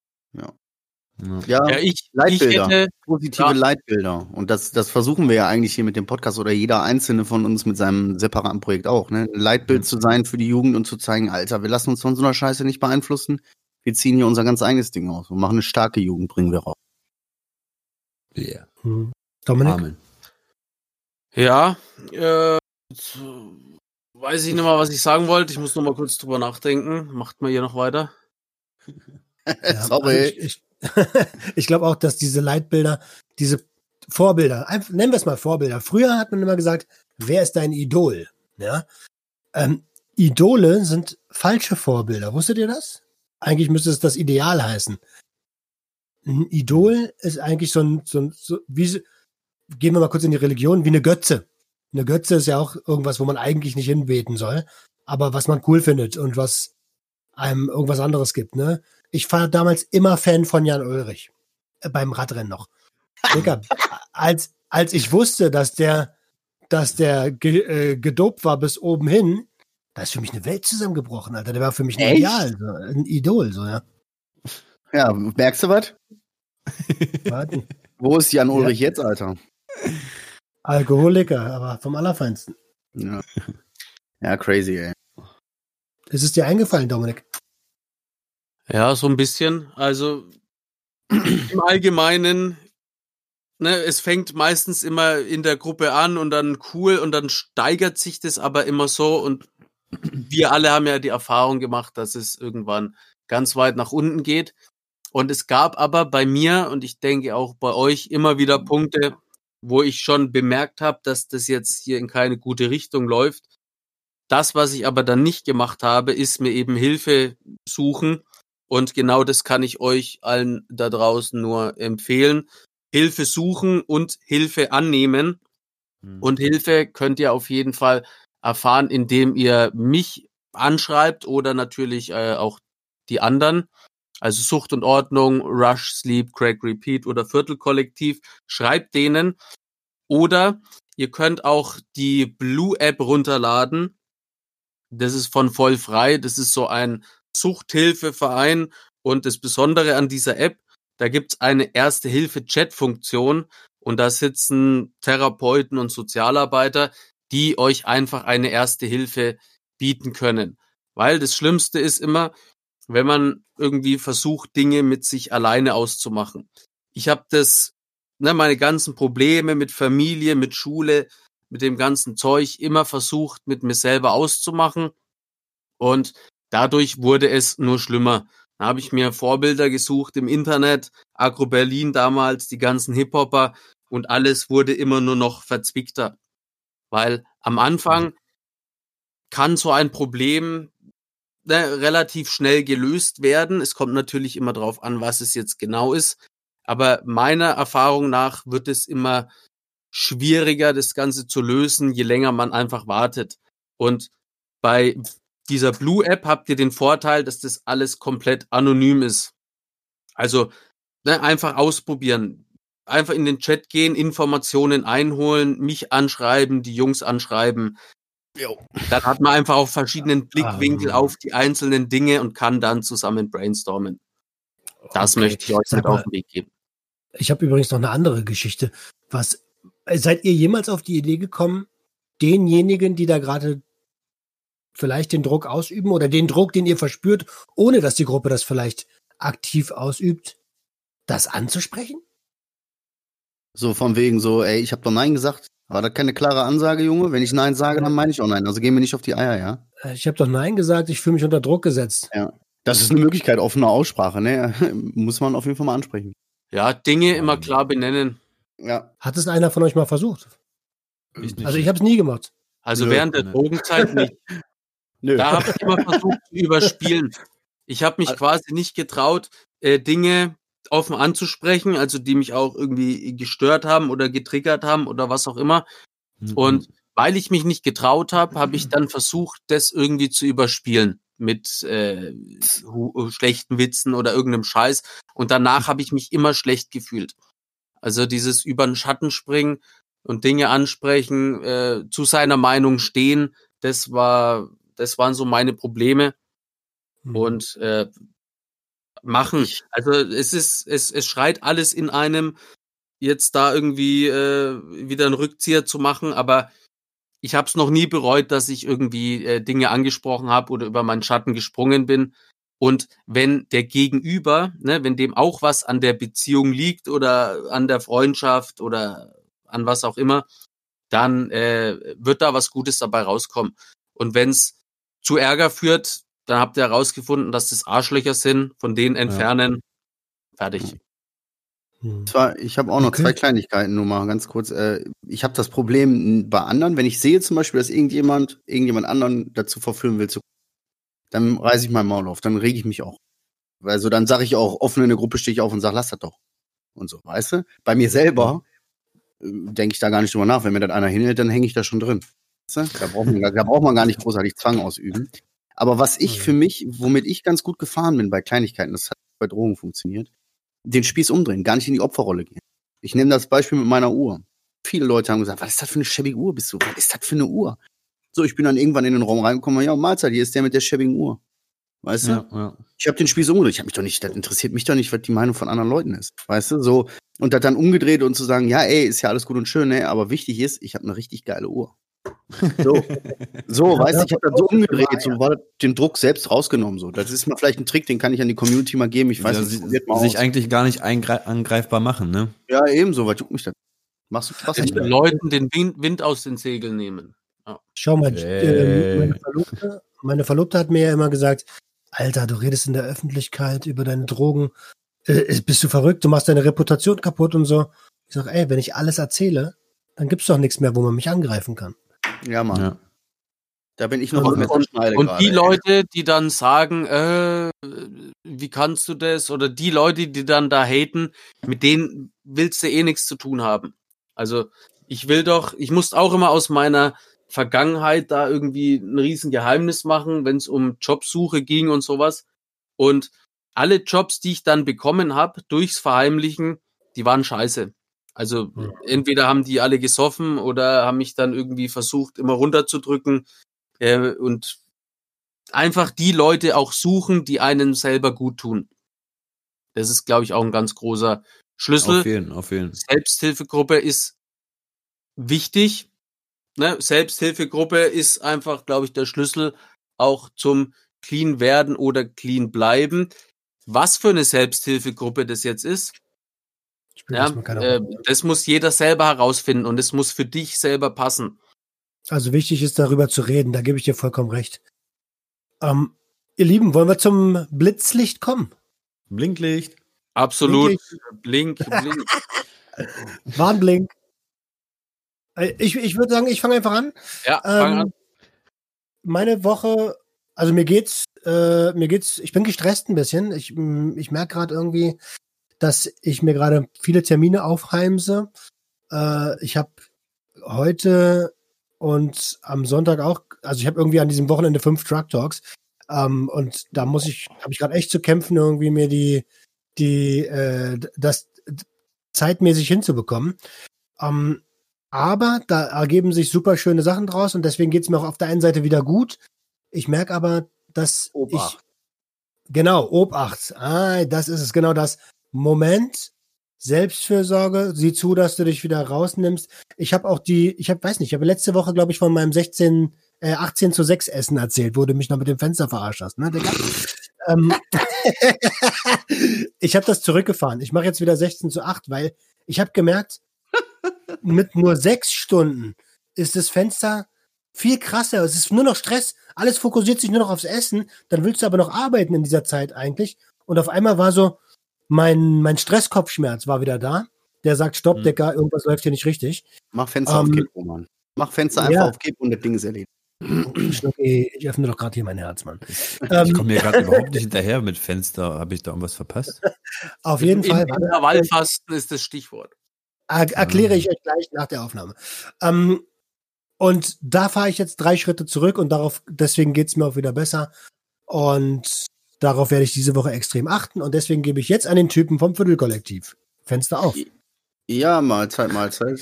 Speaker 3: Ja, Leitbilder,
Speaker 4: ich
Speaker 3: positive Leitbilder. Und das versuchen wir ja eigentlich hier mit dem Podcast oder jeder Einzelne von uns mit seinem separaten Projekt auch, ne? Ein Leitbild zu sein für die Jugend und zu zeigen, Alter, wir lassen uns von so einer Scheiße nicht beeinflussen. Wir ziehen hier unser ganz eigenes Ding aus und machen eine starke Jugend, bringen wir raus.
Speaker 5: Yeah.
Speaker 2: Dominik?
Speaker 5: Amen.
Speaker 4: Ja, Weiß ich nicht mal, was ich sagen wollte. Ich muss noch mal kurz drüber nachdenken. Macht mal hier noch weiter.
Speaker 2: Ja,
Speaker 3: Sorry.
Speaker 2: also ich glaube auch, dass diese Leitbilder, diese Vorbilder, nennen wir es mal Vorbilder. Früher hat man immer gesagt, wer ist dein Idol? Ja? Idole sind falsche Vorbilder. Wusstet ihr das? Eigentlich müsste es das Ideal heißen. Ein Idol ist eigentlich so wie, gehen wir mal kurz in die Religion, wie eine Götze. Eine Götze ist ja auch irgendwas, wo man eigentlich nicht hinbeten soll, aber was man cool findet und was einem irgendwas anderes gibt, ne? Ich war damals immer Fan von Jan Ulrich. Beim Radrennen noch. Digga, als ich wusste, dass der gedopt war bis oben hin, da ist für mich eine Welt zusammengebrochen, Alter. Der war für mich ein
Speaker 3: Echt?
Speaker 2: Ideal, so, ein Idol, so, ja.
Speaker 3: Ja, merkst du was?
Speaker 2: Warte.
Speaker 3: Wo ist Jan Ulrich jetzt, Alter?
Speaker 2: Alkoholiker, aber vom Allerfeinsten.
Speaker 3: Ja. Ja, crazy, ey.
Speaker 2: Ist es dir eingefallen, Dominik?
Speaker 4: Ja, so ein bisschen. Also im Allgemeinen, ne, es fängt meistens immer in der Gruppe an und dann cool und dann steigert sich das aber immer so und wir alle haben ja die Erfahrung gemacht, dass es irgendwann ganz weit nach unten geht. Und es gab aber bei mir und ich denke auch bei euch immer wieder Punkte, wo ich schon bemerkt habe, dass das jetzt hier in keine gute Richtung läuft. Das, was ich aber dann nicht gemacht habe, ist mir eben Hilfe suchen. Und genau das kann ich euch allen da draußen nur empfehlen. Hilfe suchen und Hilfe annehmen. Und Hilfe könnt ihr auf jeden Fall erfahren, indem ihr mich anschreibt oder natürlich auch die anderen. Also Sucht und Ordnung, Rush, Sleep, Crack, Repeat oder Viertelkollektiv. Schreibt denen. Oder ihr könnt auch die Blue-App runterladen. Das ist von Vollfrei. Das ist so ein Suchthilfeverein. Und das Besondere an dieser App, da gibt's eine Erste-Hilfe-Chat-Funktion. Und da sitzen Therapeuten und Sozialarbeiter, die euch einfach eine Erste Hilfe bieten können. Weil das Schlimmste ist immer, wenn man irgendwie versucht, Dinge mit sich alleine auszumachen. Ich habe das, meine ganzen Probleme mit Familie, mit Schule, mit dem ganzen Zeug immer versucht, mit mir selber auszumachen. Und dadurch wurde es nur schlimmer. Da habe ich mir Vorbilder gesucht im Internet, Agro Berlin damals, die ganzen Hip-Hopper und alles wurde immer nur noch verzwickter. Weil am Anfang kann so ein Problem relativ schnell gelöst werden. Es kommt natürlich immer drauf an, was es jetzt genau ist. Aber meiner Erfahrung nach wird es immer schwieriger, das Ganze zu lösen, je länger man einfach wartet. Und bei dieser Blue-App habt ihr den Vorteil, dass das alles komplett anonym ist. Also einfach ausprobieren. Einfach in den Chat gehen, Informationen einholen, mich anschreiben, die Jungs anschreiben. Dann hat man einfach auch verschiedenen Blickwinkel auf die einzelnen Dinge und kann dann zusammen brainstormen. Das möchte ich euch mit auf den Weg geben.
Speaker 2: Ich habe übrigens noch eine andere Geschichte. Seid ihr jemals auf die Idee gekommen, denjenigen, die da gerade vielleicht den Druck ausüben oder den Druck, den ihr verspürt, ohne dass die Gruppe das vielleicht aktiv ausübt, das anzusprechen?
Speaker 3: So von wegen so, ey, ich habe doch Nein gesagt. War das keine klare Ansage, Junge? Wenn ich Nein sage, dann meine ich auch Nein. Also gehen wir nicht auf die Eier, ja?
Speaker 2: Ich habe doch Nein gesagt, ich fühle mich unter Druck gesetzt.
Speaker 3: Ja. Das ist eine Möglichkeit, offene Aussprache, ne? Muss man auf jeden Fall mal ansprechen.
Speaker 4: Ja, Dinge immer klar benennen.
Speaker 3: Ja.
Speaker 2: Hat es einer von euch mal versucht? Also ich habe es nie gemacht.
Speaker 4: Also
Speaker 5: Nö,
Speaker 4: während der
Speaker 5: nicht.
Speaker 4: Drogenzeit nicht.
Speaker 3: Nö.
Speaker 4: Da habe ich immer versucht zu überspielen. Ich habe mich quasi nicht getraut, Dinge offen anzusprechen, also die mich auch irgendwie gestört haben oder getriggert haben oder was auch immer. Und weil ich mich nicht getraut habe, habe ich dann versucht, das irgendwie zu überspielen mit schlechten Witzen oder irgendeinem Scheiß. Und danach habe ich mich immer schlecht gefühlt. Also dieses über den Schatten springen und Dinge ansprechen, zu seiner Meinung stehen, das waren so meine Probleme. Und machen. Also es schreit alles in einem, jetzt da irgendwie wieder einen Rückzieher zu machen, aber ich habe es noch nie bereut, dass ich irgendwie Dinge angesprochen habe oder über meinen Schatten gesprungen bin. Und wenn der Gegenüber, wenn dem auch was an der Beziehung liegt oder an der Freundschaft oder an was auch immer, dann wird da was Gutes dabei rauskommen. Und wenn es zu Ärger führt, dann habt ihr herausgefunden, dass das Arschlöcher sind, von denen entfernen, fertig.
Speaker 3: Ich habe auch noch zwei Kleinigkeiten, nur mal ganz kurz. Ich habe das Problem bei anderen, wenn ich sehe zum Beispiel, dass irgendjemand anderen dazu verführen will, dann reiße ich mein Maul auf, dann rege ich mich auch. Also dann sage ich auch, offen in der Gruppe stehe ich auf und sage, lass das doch. Und so, weißt du? Bei mir selber denke ich da gar nicht drüber nach. Wenn mir das einer hinhält, dann hänge ich da schon drin. Weißt du? Da braucht man gar nicht großartig Zwang ausüben. Aber was ich für mich, womit ich ganz gut gefahren bin bei Kleinigkeiten, das hat bei Drogen funktioniert, den Spieß umdrehen, gar nicht in die Opferrolle gehen. Ich nehme das Beispiel mit meiner Uhr. Viele Leute haben gesagt, was ist das für eine schäbige Uhr bist du? Was ist das für eine Uhr? So, ich bin dann irgendwann in den Raum reingekommen, ja, Mahlzeit, hier ist der mit der schäbigen Uhr. Weißt du?
Speaker 5: Ja.
Speaker 3: Ich habe den Spieß umgedreht. Das interessiert mich doch nicht, was die Meinung von anderen Leuten ist. Weißt du? So, und das dann umgedreht und zu sagen, ja, ey, ist ja alles gut und schön, ne, aber wichtig ist, ich habe eine richtig geile Uhr. So, weißt du, ich habe das so umgedreht, so war den Druck selbst rausgenommen. So, das ist mal vielleicht ein Trick, den kann ich an die Community mal geben. Ich weiß nicht,
Speaker 5: sich eigentlich gar nicht angreifbar machen, ne?
Speaker 3: Ja, ebenso, was juckt mich das? Machst du Spaß?
Speaker 4: Den Leuten den Wind aus den Segeln nehmen. Ja.
Speaker 2: Schau mal, meine Verlobte hat mir ja immer gesagt, Alter, du redest in der Öffentlichkeit über deine Drogen, bist du verrückt, du machst deine Reputation kaputt und so. Ich sag, ey, wenn ich alles erzähle, dann gibt's doch nichts mehr, wo man mich angreifen kann.
Speaker 3: Ja, Mann. Ja. Da bin ich noch
Speaker 4: auf der Schneide. Und gerade, die Leute, die dann sagen, wie kannst du das? Oder die Leute, die dann da haten, mit denen willst du eh nichts zu tun haben. Also ich muss auch immer aus meiner Vergangenheit da irgendwie ein riesen Geheimnis machen, wenn es um Jobsuche ging und sowas. Und alle Jobs, die ich dann bekommen habe, durchs Verheimlichen, die waren scheiße. Also entweder haben die alle gesoffen oder haben mich dann irgendwie versucht, immer runterzudrücken und einfach die Leute auch suchen, die einen selber gut tun. Das ist, glaube ich, auch ein ganz großer Schlüssel.
Speaker 5: Auf jeden.
Speaker 4: Selbsthilfegruppe ist wichtig. Ne? Selbsthilfegruppe ist einfach, glaube ich, der Schlüssel auch zum clean werden oder clean bleiben. Was für eine Selbsthilfegruppe das jetzt ist, das muss jeder selber herausfinden und es muss für dich selber passen.
Speaker 2: Also wichtig ist, darüber zu reden, da gebe ich dir vollkommen recht. Ihr Lieben, wollen wir zum Blitzlicht kommen?
Speaker 5: Blinklicht.
Speaker 4: Absolut. Blink.
Speaker 2: Warnblink. Ich würde sagen, ich fange einfach an.
Speaker 4: Ja, fang an.
Speaker 2: Meine Woche, also mir geht's, ich bin gestresst ein bisschen. Ich merke gerade irgendwie, dass ich mir gerade viele Termine aufheimse. Ich habe heute und am Sonntag auch, also ich habe irgendwie an diesem Wochenende 5 Drug Talks. Und da habe ich gerade echt zu kämpfen, irgendwie mir das zeitmäßig hinzubekommen. Aber da ergeben sich super schöne Sachen draus und deswegen geht's mir auch auf der einen Seite wieder gut. Ich merke aber, dass
Speaker 3: Obacht.
Speaker 2: Obacht. Das ist es, genau das. Moment, Selbstfürsorge, sieh zu, dass du dich wieder rausnimmst. Ich habe letzte Woche, glaube ich, von meinem 18:6 Essen erzählt, wo du mich noch mit dem Fenster verarscht hast, ne, Digga? Ich habe das zurückgefahren. Ich mache jetzt wieder 16:8, weil ich habe gemerkt, mit nur 6 Stunden ist das Fenster viel krasser. Es ist nur noch Stress. Alles fokussiert sich nur noch aufs Essen. Dann willst du aber noch arbeiten in dieser Zeit eigentlich. Und auf einmal war so, mein Stresskopfschmerz war wieder da. Der sagt, stopp, Decker, irgendwas läuft hier nicht richtig.
Speaker 3: Mach Fenster auf Kipp, Roman. Mach Fenster einfach auf Kipp und das Ding ist erledigt.
Speaker 2: Ich öffne doch gerade hier mein Herz, Mann.
Speaker 5: Ich komme hier gerade überhaupt nicht hinterher mit Fenster. Habe ich da irgendwas verpasst?
Speaker 2: Auf jeden Fall.
Speaker 4: Intervallfasten ist das Stichwort.
Speaker 2: Erkläre ich euch gleich nach der Aufnahme. Und da fahre ich jetzt 3 Schritte zurück und deswegen geht's mir auch wieder besser. Und darauf werde ich diese Woche extrem achten. Und deswegen gebe ich jetzt an den Typen vom Viertelkollektiv. Fenster auf.
Speaker 3: Ja, Mahlzeit.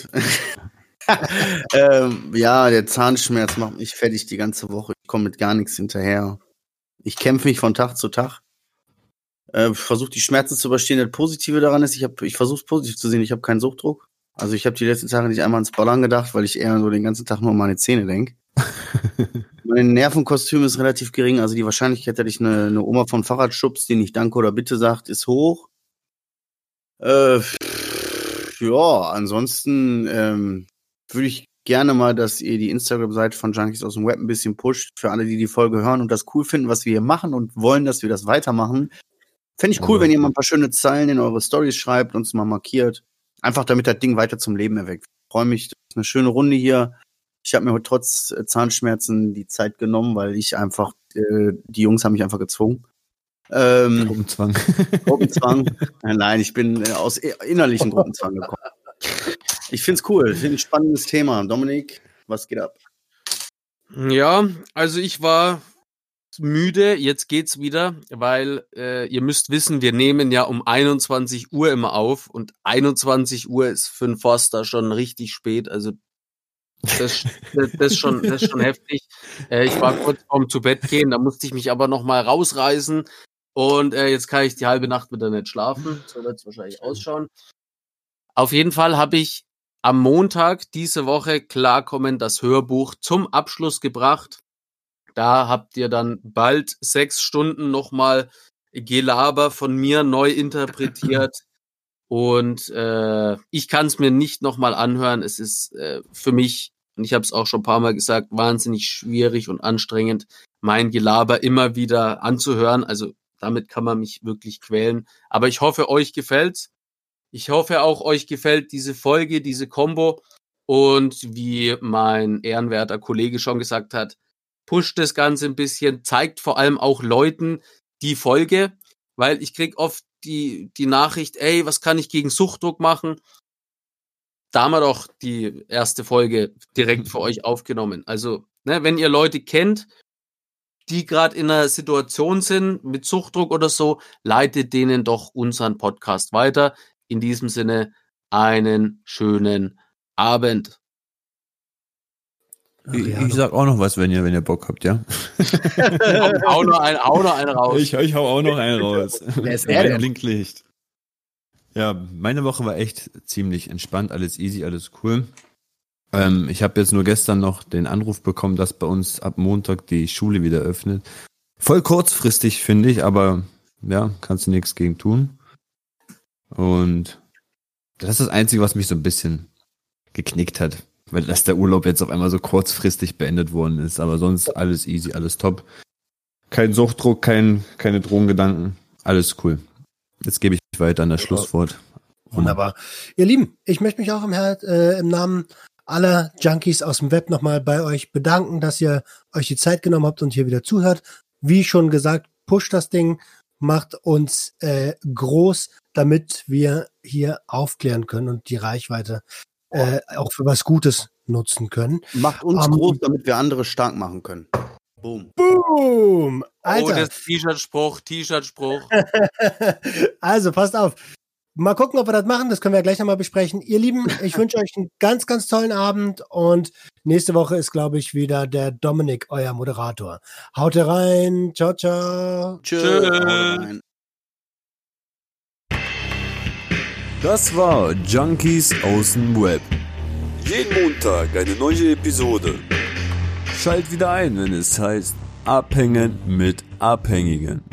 Speaker 3: Ja, der Zahnschmerz macht mich fertig die ganze Woche. Ich komme mit gar nichts hinterher. Ich kämpfe mich von Tag zu Tag. Versuche die Schmerzen zu überstehen. Das Positive daran ist, ich versuche es positiv zu sehen. Ich habe keinen Suchtdruck. Also ich habe die letzten Tage nicht einmal ans Ballern gedacht, weil ich eher so den ganzen Tag nur an meine Zähne denke. Mein Nervenkostüm ist relativ gering. Also die Wahrscheinlichkeit, dass ich eine Oma von Fahrrad schubst, die nicht Danke oder Bitte sagt, ist hoch. Ja, ansonsten würde ich gerne mal, dass ihr die Instagram-Seite von Junkies aus dem Web ein bisschen pusht. Für alle, die die Folge hören und das cool finden, was wir hier machen und wollen, dass wir das weitermachen. Fände ich cool, wenn ihr mal ein paar schöne Zeilen in eure Stories schreibt, uns mal markiert. Einfach damit das Ding weiter zum Leben erweckt. Ich freue mich, das ist eine schöne Runde hier. Ich habe mir heute trotz Zahnschmerzen die Zeit genommen, weil ich einfach, die Jungs haben mich einfach gezwungen.
Speaker 5: Gruppenzwang.
Speaker 3: Gruppenzwang. Nein, ich bin aus innerlichen Gruppenzwang gekommen. Ich find's cool, ich finde ein spannendes Thema. Dominik, was geht ab?
Speaker 4: Ja, also ich war müde, jetzt geht's wieder, weil ihr müsst wissen, wir nehmen ja um 21 Uhr immer auf und 21 Uhr ist für einen Forster schon richtig spät, also das ist schon heftig. Ich war kurz vorm zu Bett gehen, da musste ich mich aber noch mal rausreißen und jetzt kann ich die halbe Nacht wieder nicht schlafen, so wird's wahrscheinlich ausschauen. Auf jeden Fall habe ich am Montag diese Woche Klarkommen das Hörbuch zum Abschluss gebracht. Da habt ihr dann bald 6 Stunden nochmal Gelaber von mir neu interpretiert. Und ich kann es mir nicht nochmal anhören. Es ist für mich, und ich habe es auch schon ein paar Mal gesagt, wahnsinnig schwierig und anstrengend, mein Gelaber immer wieder anzuhören. Also damit kann man mich wirklich quälen. Aber ich hoffe, euch gefällt's. Ich hoffe auch, euch gefällt diese Folge, diese Kombo. Und wie mein ehrenwerter Kollege schon gesagt hat, pusht das Ganze ein bisschen, zeigt vor allem auch Leuten die Folge, weil ich krieg oft die Nachricht, ey, was kann ich gegen Suchtdruck machen? Da haben wir doch die erste Folge direkt für euch aufgenommen. Also, ne, wenn ihr Leute kennt, die gerade in einer Situation sind mit Suchtdruck oder so, leitet denen doch unseren Podcast weiter. In diesem Sinne, einen schönen Abend.
Speaker 5: Ich sag auch noch was, wenn ihr Bock habt, ja?
Speaker 4: hau noch einen raus.
Speaker 5: Ich hau auch noch einen raus.
Speaker 3: Wer ist er denn?
Speaker 5: Blinklicht. Ja, meine Woche war echt ziemlich entspannt, alles easy, alles cool. Ich habe jetzt nur gestern noch den Anruf bekommen, dass bei uns ab Montag die Schule wieder öffnet. Voll kurzfristig, finde ich, aber ja, kannst du nichts gegen tun. Und das ist das Einzige, was mich so ein bisschen geknickt hat, weil dass der Urlaub jetzt auf einmal so kurzfristig beendet worden ist. Aber sonst alles easy, alles top. Kein Suchtdruck, keine Drogengedanken, alles cool. Jetzt gebe ich weiter an das Schlusswort.
Speaker 2: Wunderbar. Ihr Lieben, ich möchte mich auch im Namen aller Junkies aus dem Web nochmal bei euch bedanken, dass ihr euch die Zeit genommen habt und hier wieder zuhört. Wie schon gesagt, pusht das Ding, macht uns groß, damit wir hier aufklären können und die Reichweite auch für was Gutes nutzen können.
Speaker 3: Macht uns groß, damit wir andere stark machen können. Boom.
Speaker 2: Boom! Alter.
Speaker 4: Oh, das T-Shirt-Spruch.
Speaker 2: Also, passt auf. Mal gucken, ob wir das machen. Das können wir ja gleich nochmal besprechen. Ihr Lieben, ich wünsche euch einen ganz, ganz tollen Abend und nächste Woche ist, glaube ich, wieder der Dominik, euer Moderator. Haut rein. Ciao, ciao.
Speaker 3: Tschüss.
Speaker 1: Das war Junkies aus dem Web. Jeden Montag eine neue Episode. Schalt wieder ein, wenn es heißt Abhängen mit Abhängigen.